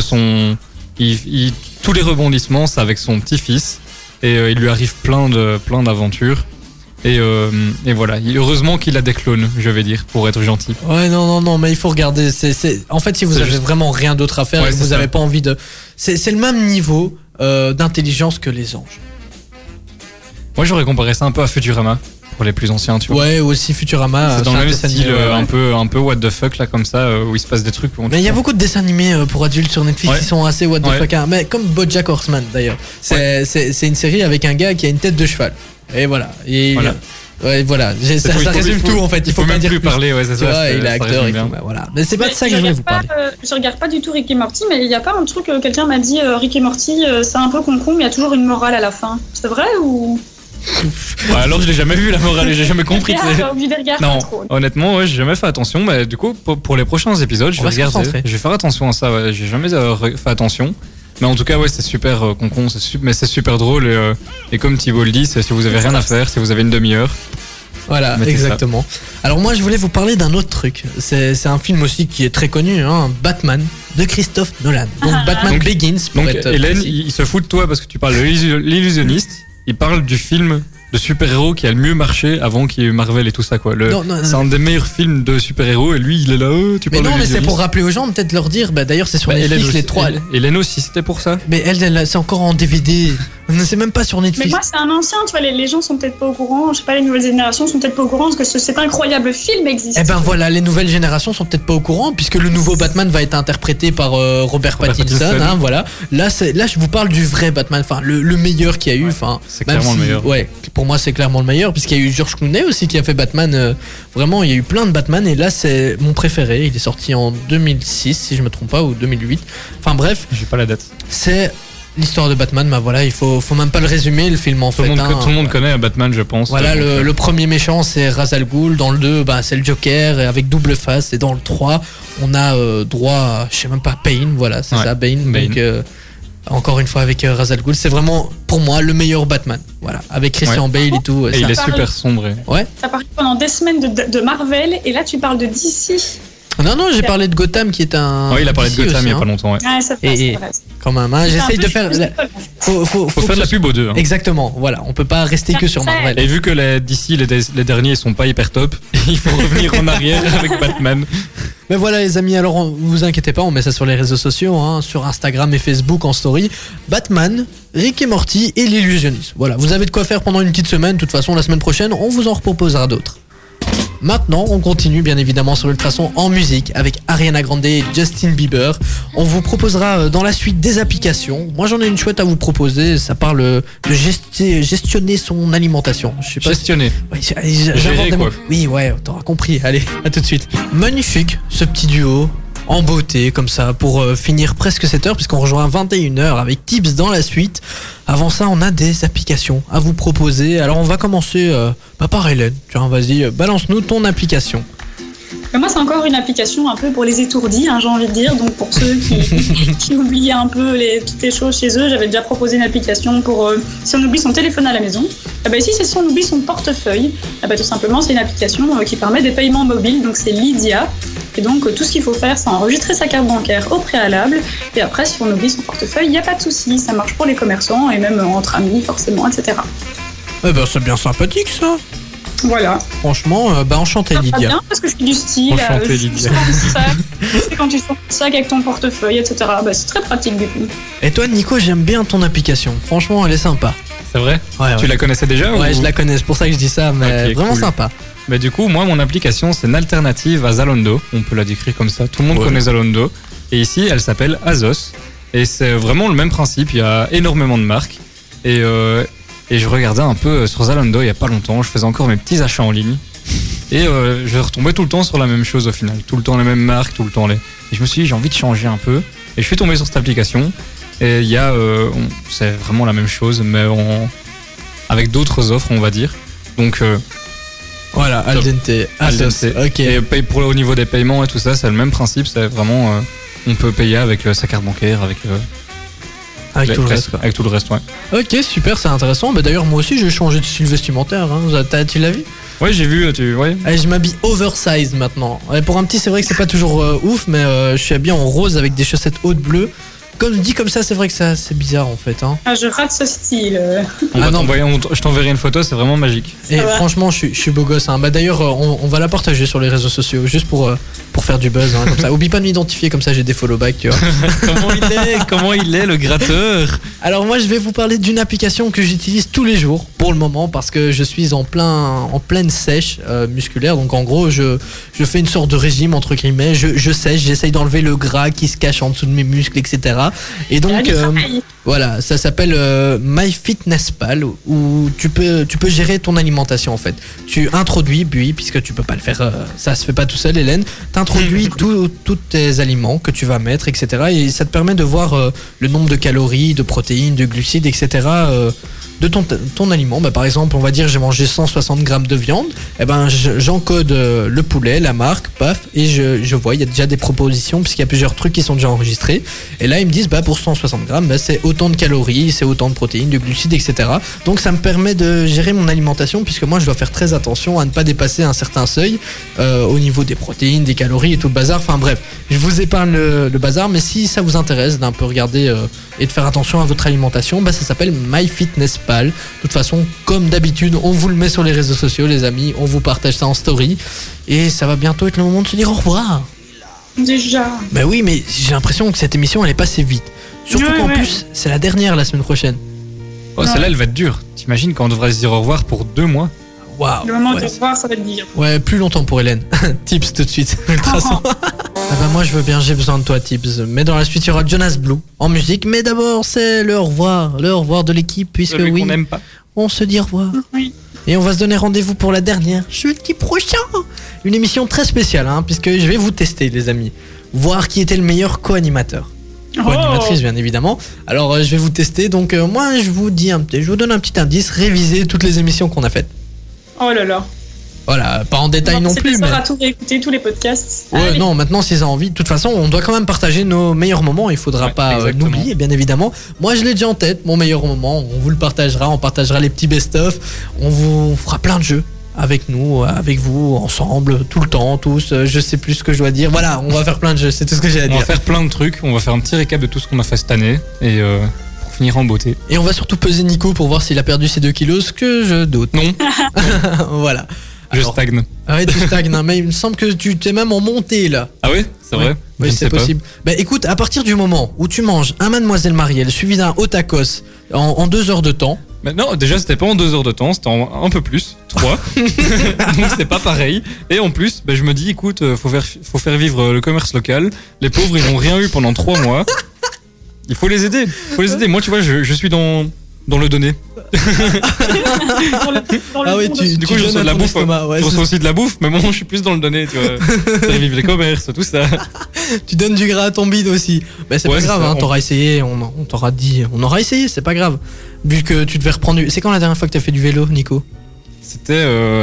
tous les rebondissements c'est avec son petit-fils et il lui arrive plein d'aventures et voilà. Heureusement qu'il a des clones, je vais dire, pour être gentil. Ouais, non, mais il faut regarder. En fait, si vous C'est avez juste- vraiment rien d'autre à faire Ouais, et que c'est vous ça. avez pas envie de. C'est le même niveau d'intelligence que les anges. Moi, j'aurais comparé ça un peu à Futurama pour les plus anciens, tu vois. Ouais, aussi Futurama. C'est dans le un même dessin style, animé, ouais. un peu what the fuck là comme ça, où il se passe des trucs. Mais il y a beaucoup de dessins animés pour adultes sur Netflix Ouais. qui sont assez what the Ouais. fuck. Hein. Mais comme BoJack Horseman d'ailleurs. C'est une série avec un gars qui a une tête de cheval. Et voilà. Et Voilà. Ouais, voilà. Ça résume tout en fait. Il faut pas même dire plus parler, ouais, c'est Tu ça. vois, il est ça acteur résume et bien. tout. Bah, voilà. Mais c'est pas de ça que je voulais vous parler. Je regarde pas du tout Rick et Morty, mais il n'y a pas un truc, quelqu'un m'a dit Rick et Morty, c'est un peu con-con, mais il y a toujours une morale à la fin. C'est vrai ou Alors je l'ai jamais vu la morale, j'ai jamais compris. Non, trop. honnêtement, ouais, j'ai jamais fait attention. Mais du coup, pour les prochains épisodes, je vais regarder. Je vais faire attention à ça. Ouais. J'ai jamais fait attention. Mais en tout cas, ouais, c'est super concon, mais c'est super drôle. Et comme Thibaut le dit, si vous avez rien à faire, si vous avez une demi-heure. Voilà, exactement. Alors moi, je voulais vous parler d'un autre truc. C'est un film aussi qui est très connu, hein, Batman de Christophe Nolan. Donc Batman Begins. Donc Hélène, il se fout de toi parce que tu parles de l'illusionniste. Il parle du film de super-héros qui a le mieux marché avant qu'il y ait eu Marvel et tout ça, quoi. C'est un des meilleurs films de super-héros et lui, il est là, tu parles de mais c'est pour rappeler aux gens, peut-être leur dire, d'ailleurs, c'est sur Netflix, les 3. Hélène aussi, c'était pour ça. Mais elle c'est encore en DVD. C'est même pas sur Netflix. Mais moi, c'est un ancien, tu vois, les gens sont peut-être pas au courant, je sais pas, les nouvelles générations sont peut-être pas au courant que cet incroyable film existe. Eh ben voilà, les nouvelles générations sont peut-être pas au courant, puisque le nouveau Batman va être interprété par Robert Pattinson, hein, voilà. Là, je vous parle du vrai Batman, enfin, le meilleur qu'il y a eu, enfin. C'est clairement le meilleur. Ouais, pour moi, c'est clairement le meilleur, puisqu'il y a eu George Clooney aussi qui a fait Batman. Vraiment, il y a eu plein de Batman, et là, c'est mon préféré. Il est sorti en 2006, si je me trompe pas, ou 2008. Enfin bref. J'ai pas la date. C'est l'histoire de Batman, voilà, il faut même pas le résumer, le film en fait. Tout le monde connaît Batman, je pense. Voilà, le premier méchant c'est Ra's al Ghul, dans le 2 c'est le Joker avec double face, et dans le 3 on a droit à, je sais même pas, Bane, voilà, c'est ça, Bane. Donc encore une fois avec Ra's al Ghul, c'est vraiment pour moi le meilleur Batman, voilà, avec Christian Bale et tout. Et il est super sombre. Ouais. T'as parlé pendant des semaines de Marvel, et là tu parles de DC. Non, j'ai parlé de Gotham qui est un. Oui, il a parlé de Gotham il y a pas longtemps. Ouais. Ouais, ça fait. Quand même, hein, j'essaye de faire. Faut faire de la pub aux deux. Hein. Exactement, voilà, on peut pas rester que sur Marvel. Et vu que d'ici les derniers sont pas hyper top, il faut revenir en arrière avec Batman. Mais voilà les amis, alors vous inquiétez pas, on met ça sur les réseaux sociaux, hein, sur Instagram et Facebook en story. Batman, Rick et Morty et l'illusionniste. Voilà, vous avez de quoi faire pendant une petite semaine. De toute façon, la semaine prochaine, on vous en reproposera d'autres. Maintenant, on continue bien évidemment sur Ultrason en musique avec Ariana Grande et Justin Bieber. On vous proposera dans la suite des applications. Moi, j'en ai une chouette à vous proposer. Ça parle de gestionner son alimentation. Je sais pas. Gestionner. Gérer quoi. Oui, ouais, t'auras compris. Allez, à tout de suite. Magnifique, ce petit duo. En beauté, comme ça, pour finir presque cette heure, puisqu'on rejoint 21h avec Tips dans la suite. Avant ça, on a des applications à vous proposer. Alors, on va commencer par Hélène. Tiens, vas-y, balance-nous ton application. Moi, c'est encore une application un peu pour les étourdis, hein, j'ai envie de dire. Donc, pour ceux qui oubliaient un peu toutes les choses chez eux, j'avais déjà proposé une application pour si on oublie son téléphone à la maison. Ici, c'est si on oublie son portefeuille. Tout simplement, c'est une application qui permet des paiements mobiles. Donc, c'est Lydia. Et donc, tout ce qu'il faut faire, c'est enregistrer sa carte bancaire au préalable. Et après, si on oublie son portefeuille, il n'y a pas de souci. Ça marche pour les commerçants et même entre amis, forcément, etc. C'est bien sympathique, ça. Voilà. Franchement, enchanté Lydia. C'est bien parce que je suis du style. Enchanté Lydia. C'est quand tu sors le sac avec ton portefeuille, etc. C'est très pratique du coup. Et toi, Nico, j'aime bien ton application. Franchement, elle est sympa. C'est vrai ? Ouais. Tu la connaissais déjà ? Ouais, je la connais. C'est pour ça que je dis ça, mais okay, vraiment cool. Sympa. Mais du coup, moi, mon application, c'est une alternative à Zalando. On peut la décrire comme ça. Tout le monde connaît Zalando. Et ici, elle s'appelle Azos. Et c'est vraiment le même principe. Il y a énormément de marques. Et je regardais un peu sur Zalando il y a pas longtemps, je faisais encore mes petits achats en ligne. Et je retombais tout le temps sur la même chose au final. Tout le temps les mêmes marques, tout le temps les... Et je me suis dit, j'ai envie de changer un peu. Et je suis tombé sur cette application. Et il y a... c'est vraiment la même chose, mais avec d'autres offres, on va dire. Donc... voilà, Al dente. Ok. Et au niveau des paiements et tout ça, c'est le même principe. C'est vraiment... on peut payer avec sa carte bancaire, avec tout le reste, quoi. Avec tout le reste, ouais. Ok, super, c'est intéressant. Mais d'ailleurs, moi aussi, j'ai changé de style vestimentaire. Hein. Tu l'as vu ? Ouais, j'ai vu. Ouais. Allez, je m'habille oversize maintenant. Et pour un petit, c'est vrai que c'est pas toujours ouf, mais je suis habillé en rose avec des chaussettes hautes bleues. Comme dit comme ça, c'est vrai que c'est bizarre en fait. Hein. Je rate ce style. Je t'enverrai une photo, c'est vraiment magique. Et franchement, je suis beau gosse. Hein. D'ailleurs, on va la partager sur les réseaux sociaux, juste pour faire du buzz. Hein, comme ça. Oublie pas de m'identifier, comme ça j'ai des follow back, tu vois. Comment il est le gratteur. Alors moi, je vais vous parler d'une application que j'utilise tous les jours pour le moment parce que je suis en pleine sèche musculaire. Donc en gros, je fais une sorte de régime entre guillemets. Je sèche, j'essaye d'enlever le gras qui se cache en dessous de mes muscles, etc. Et donc voilà, ça s'appelle MyFitnessPal où tu peux gérer ton alimentation en fait. Tu introduis, puisque tu peux pas le faire, ça se fait pas tout seul, Hélène. T'introduis tous tes aliments que tu vas mettre, etc. Et ça te permet de voir le nombre de calories, de protéines, de glucides, etc. de ton aliment. Par exemple, on va dire j'ai mangé 160 grammes de viande. J'encode le poulet, la marque, paf, et je vois, il y a déjà des propositions puisqu'il y a plusieurs trucs qui sont déjà enregistrés. Et là, ils me disent, pour 160 grammes, c'est autant de calories, c'est autant de protéines, de glucides, etc. Donc ça me permet de gérer mon alimentation puisque moi, je dois faire très attention à ne pas dépasser un certain seuil au niveau des protéines, des calories et tout le bazar. Enfin bref, je vous épargne le bazar, mais si ça vous intéresse d'un peu regarder et de faire attention à votre alimentation, ça s'appelle MyFitnessPal. De toute façon, comme d'habitude, on vous le met sur les réseaux sociaux, les amis, on vous partage ça en story. Et ça va bientôt être le moment de se dire au revoir. Déjà. Oui, mais j'ai l'impression que cette émission, elle est passée vite. Surtout qu'en plus, c'est la dernière la semaine prochaine. Celle-là, elle va être dure. T'imagines quand on devrait se dire au revoir pour 2 mois? Waouh. Le moment de revoir, ça va être dur. Ouais, plus longtemps pour Hélène. Tips tout de suite. Ultrason. Moi je veux bien, j'ai besoin de toi Tips. Mais dans la suite il y aura Jonas Blue en musique. Mais d'abord c'est le au revoir de l'équipe. Puisque qu'on n'aime pas. On se dit au revoir. Oui. Et on va se donner rendez-vous pour la dernière jeudi prochain. Une émission très spéciale puisque je vais vous tester les amis. Voir qui était le meilleur co-animateur. Co-animatrice bien évidemment. Alors je vais vous tester. Donc moi je vous donne un petit indice. Révisez toutes les émissions qu'on a faites. Oh là là. Voilà, pas en détail non plus. Mais à tout réécouter, tous les podcasts. Ouais, non, maintenant s'ils ont envie. De toute façon, on doit quand même partager nos meilleurs moments. Il faudra pas l'oublier, bien évidemment. Moi, je l'ai déjà en tête, mon meilleur moment. On vous le partagera. On partagera les petits best-of. On vous fera plein de jeux avec nous, avec vous, ensemble, tout le temps, tous. Je sais plus ce que je dois dire. Voilà, on va faire plein de jeux. C'est tout ce que j'ai à dire. On va faire plein de trucs. On va faire un petit récap de tout ce qu'on a fait cette année. Et pour finir en beauté. Et on va surtout peser Nico pour voir s'il a perdu ses 2 kilos, ce que je doute. Non. Voilà. Je stagne. Ouais, tu stagnes, mais il me semble que tu t'es même en montée là. Ah oui, c'est vrai. Oui, c'est possible. Écoute, à partir du moment où tu manges un Mademoiselle Marielle suivi d'un haut tacos en 2 heures de temps. Mais non, déjà c'était pas en 2 heures de temps, c'était en un peu plus, 3. Donc c'est pas pareil. Et en plus, je me dis, écoute, faut faire vivre le commerce local. Les pauvres, ils n'ont rien eu pendant 3 mois. Il faut les aider. Moi, tu vois, je suis dans le donné. Du coup, je reçois de la bouffe. Je reçois aussi de la bouffe, mais bon, je suis plus dans le donné, tu vois. Faire vivre les commerces, tout ça. Tu donnes du gras à ton bide aussi. C'est pas grave, t'auras essayé, on t'aura dit, on aura essayé, c'est pas grave. Vu que tu devais reprendre C'est quand la dernière fois que t'as fait du vélo, Nico? C'était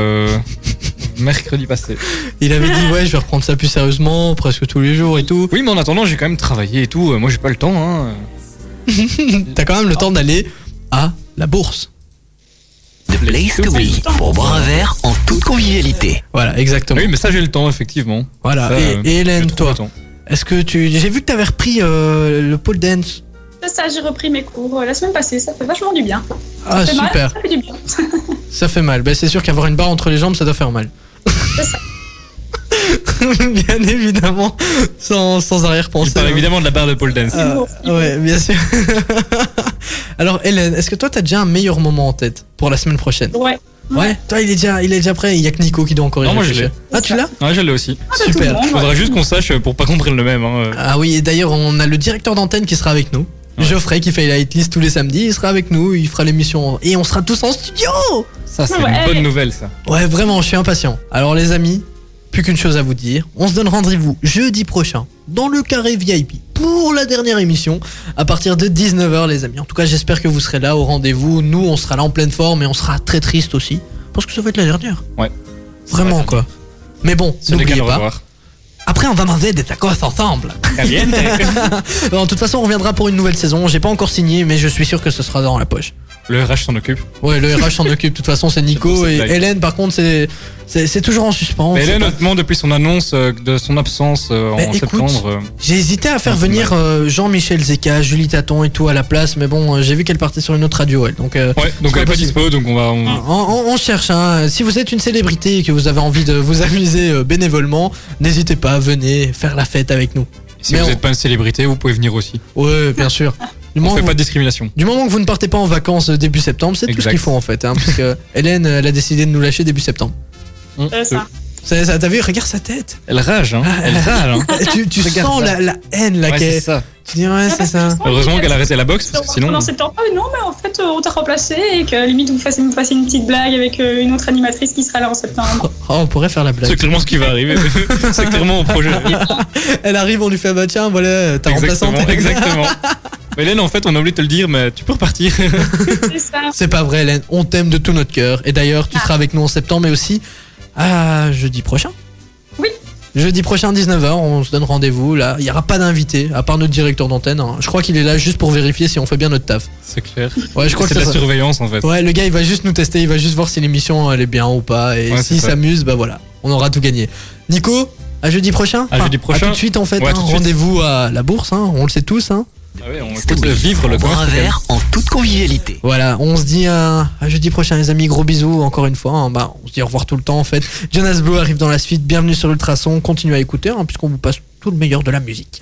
mercredi passé. Il avait dit, je vais reprendre ça plus sérieusement, presque tous les jours et tout. Oui, mais en attendant, j'ai quand même travaillé et tout. Moi, j'ai pas le temps, T'as quand même le temps d'aller à la bourse. The place to be, pour boire un verre en toute convivialité. Voilà, exactement. Oui, mais ça j'ai le temps, effectivement. Voilà, ça, et Hélène, toi, est-ce que j'ai vu que t'avais repris le pole dance. C'est ça, j'ai repris mes cours la semaine passée, ça fait vachement du bien. Ah, super. Mal, ça fait du bien. Ça fait mal, c'est sûr qu'avoir une barre entre les jambes, ça doit faire mal. C'est ça. Bien évidemment, sans arrière-pensée. Il parle évidemment de la barre de pole dance. Ouais, bien sûr. Alors Hélène, est-ce que toi t'as déjà un meilleur moment en tête pour la semaine prochaine? Ouais. Toi il est déjà prêt. Il y a que Nico qui doit encore y réfléchir. Moi je l'ai. Ah, tu l'as? Ouais, je l'ai aussi. Super. Il faudra juste qu'on sache pour pas qu'on prenne le même. Ah oui, et d'ailleurs on a le directeur d'antenne qui sera avec nous. Geoffrey qui fait la hitlist tous les samedis, il sera avec nous, il fera l'émission et on sera tous en studio. Ça c'est une bonne nouvelle ça. Ouais, vraiment, je suis impatient. Alors les amis, plus qu'une chose à vous dire, on se donne rendez-vous jeudi prochain dans le carré VIP pour la dernière émission à partir de 19h les amis. En tout cas, j'espère que vous serez là au rendez-vous. Nous, on sera là en pleine forme et on sera très triste aussi parce que ça va être la dernière. Ouais. Vraiment quoi. Mais bon, n'oubliez pas. Après, on va manger des tacos ensemble. Bon, de toute façon, on reviendra pour une nouvelle saison. J'ai pas encore signé, mais je suis sûr que ce sera dans la poche. Le RH s'en occupe. Ouais, le RH s'en occupe. De toute façon, c'est Nico et Hélène. Par contre, c'est toujours en suspens. Mais Hélène, honnêtement, depuis son annonce de son absence en septembre. J'ai hésité à faire venir Jean-Michel Zeka, Julie Taton et tout à la place, mais bon, j'ai vu qu'elle partait sur une autre radio, elle. Donc, ouais, donc elle est pas dispo, donc on cherche. Si vous êtes une célébrité et que vous avez envie de vous amuser bénévolement, n'hésitez pas, venez faire la fête avec nous. Si vous n'êtes pas une célébrité, vous pouvez venir aussi. Ouais, bien sûr. On fait pas de discrimination. Du moment que vous ne partez pas en vacances début septembre, c'est tout ce qu'il faut en fait. Parce que Hélène, elle a décidé de nous lâcher début septembre. C'est ça. T'as vu, regarde sa tête. Elle rage, hein. Elle rage, hein. Tu sens la haine là qu'elle. C'est ça. Tu dis ouais, c'est ça. Heureusement qu'elle a arrêté la boxe parce que sinon. Non, mais en fait, on t'a remplacé et que limite vous fassiez une petite blague avec une autre animatrice qui sera là en septembre. Oh, on pourrait faire la blague. C'est clairement ce qui va arriver. C'est clairement au projet. Elle arrive, on lui fait bah tiens, voilà, ta remplaçante. Exactement. Hélène, en fait, on a oublié de te le dire, mais tu peux repartir. C'est ça. C'est pas vrai, Hélène. On t'aime de tout notre cœur. Et d'ailleurs, tu seras avec nous en septembre, mais aussi à jeudi prochain. Oui. Jeudi prochain, 19h, on se donne rendez-vous. Là, il n'y aura pas d'invité, à part notre directeur d'antenne. Hein. Je crois qu'il est là juste pour vérifier si on fait bien notre taf. C'est clair. Ouais, je crois c'est que de la surveillance, en fait. Ouais, le gars, il va juste nous tester, il va juste voir si l'émission elle est bien ou pas. Et Ouais, s'il c'est ça. s'amuse, bah voilà, on aura tout gagné. Nico, à jeudi prochain. À jeudi prochain. À tout de suite, en fait. Ouais, hein. tout de suite. Rendez-vous à la bourse, hein. On le sait tous. Hein. Ah ouais, on Place to écoute Be vivre le pour boire un coin. verre en toute convivialité. Voilà, on se dit à jeudi prochain, les amis. Gros bisous, encore une fois. Hein. Bah, on se dit au revoir tout le temps, en fait. Jonas Blue arrive dans la suite. Bienvenue sur Ultrason. Continuez à écouter, hein, puisqu'on vous passe tout le meilleur de la musique.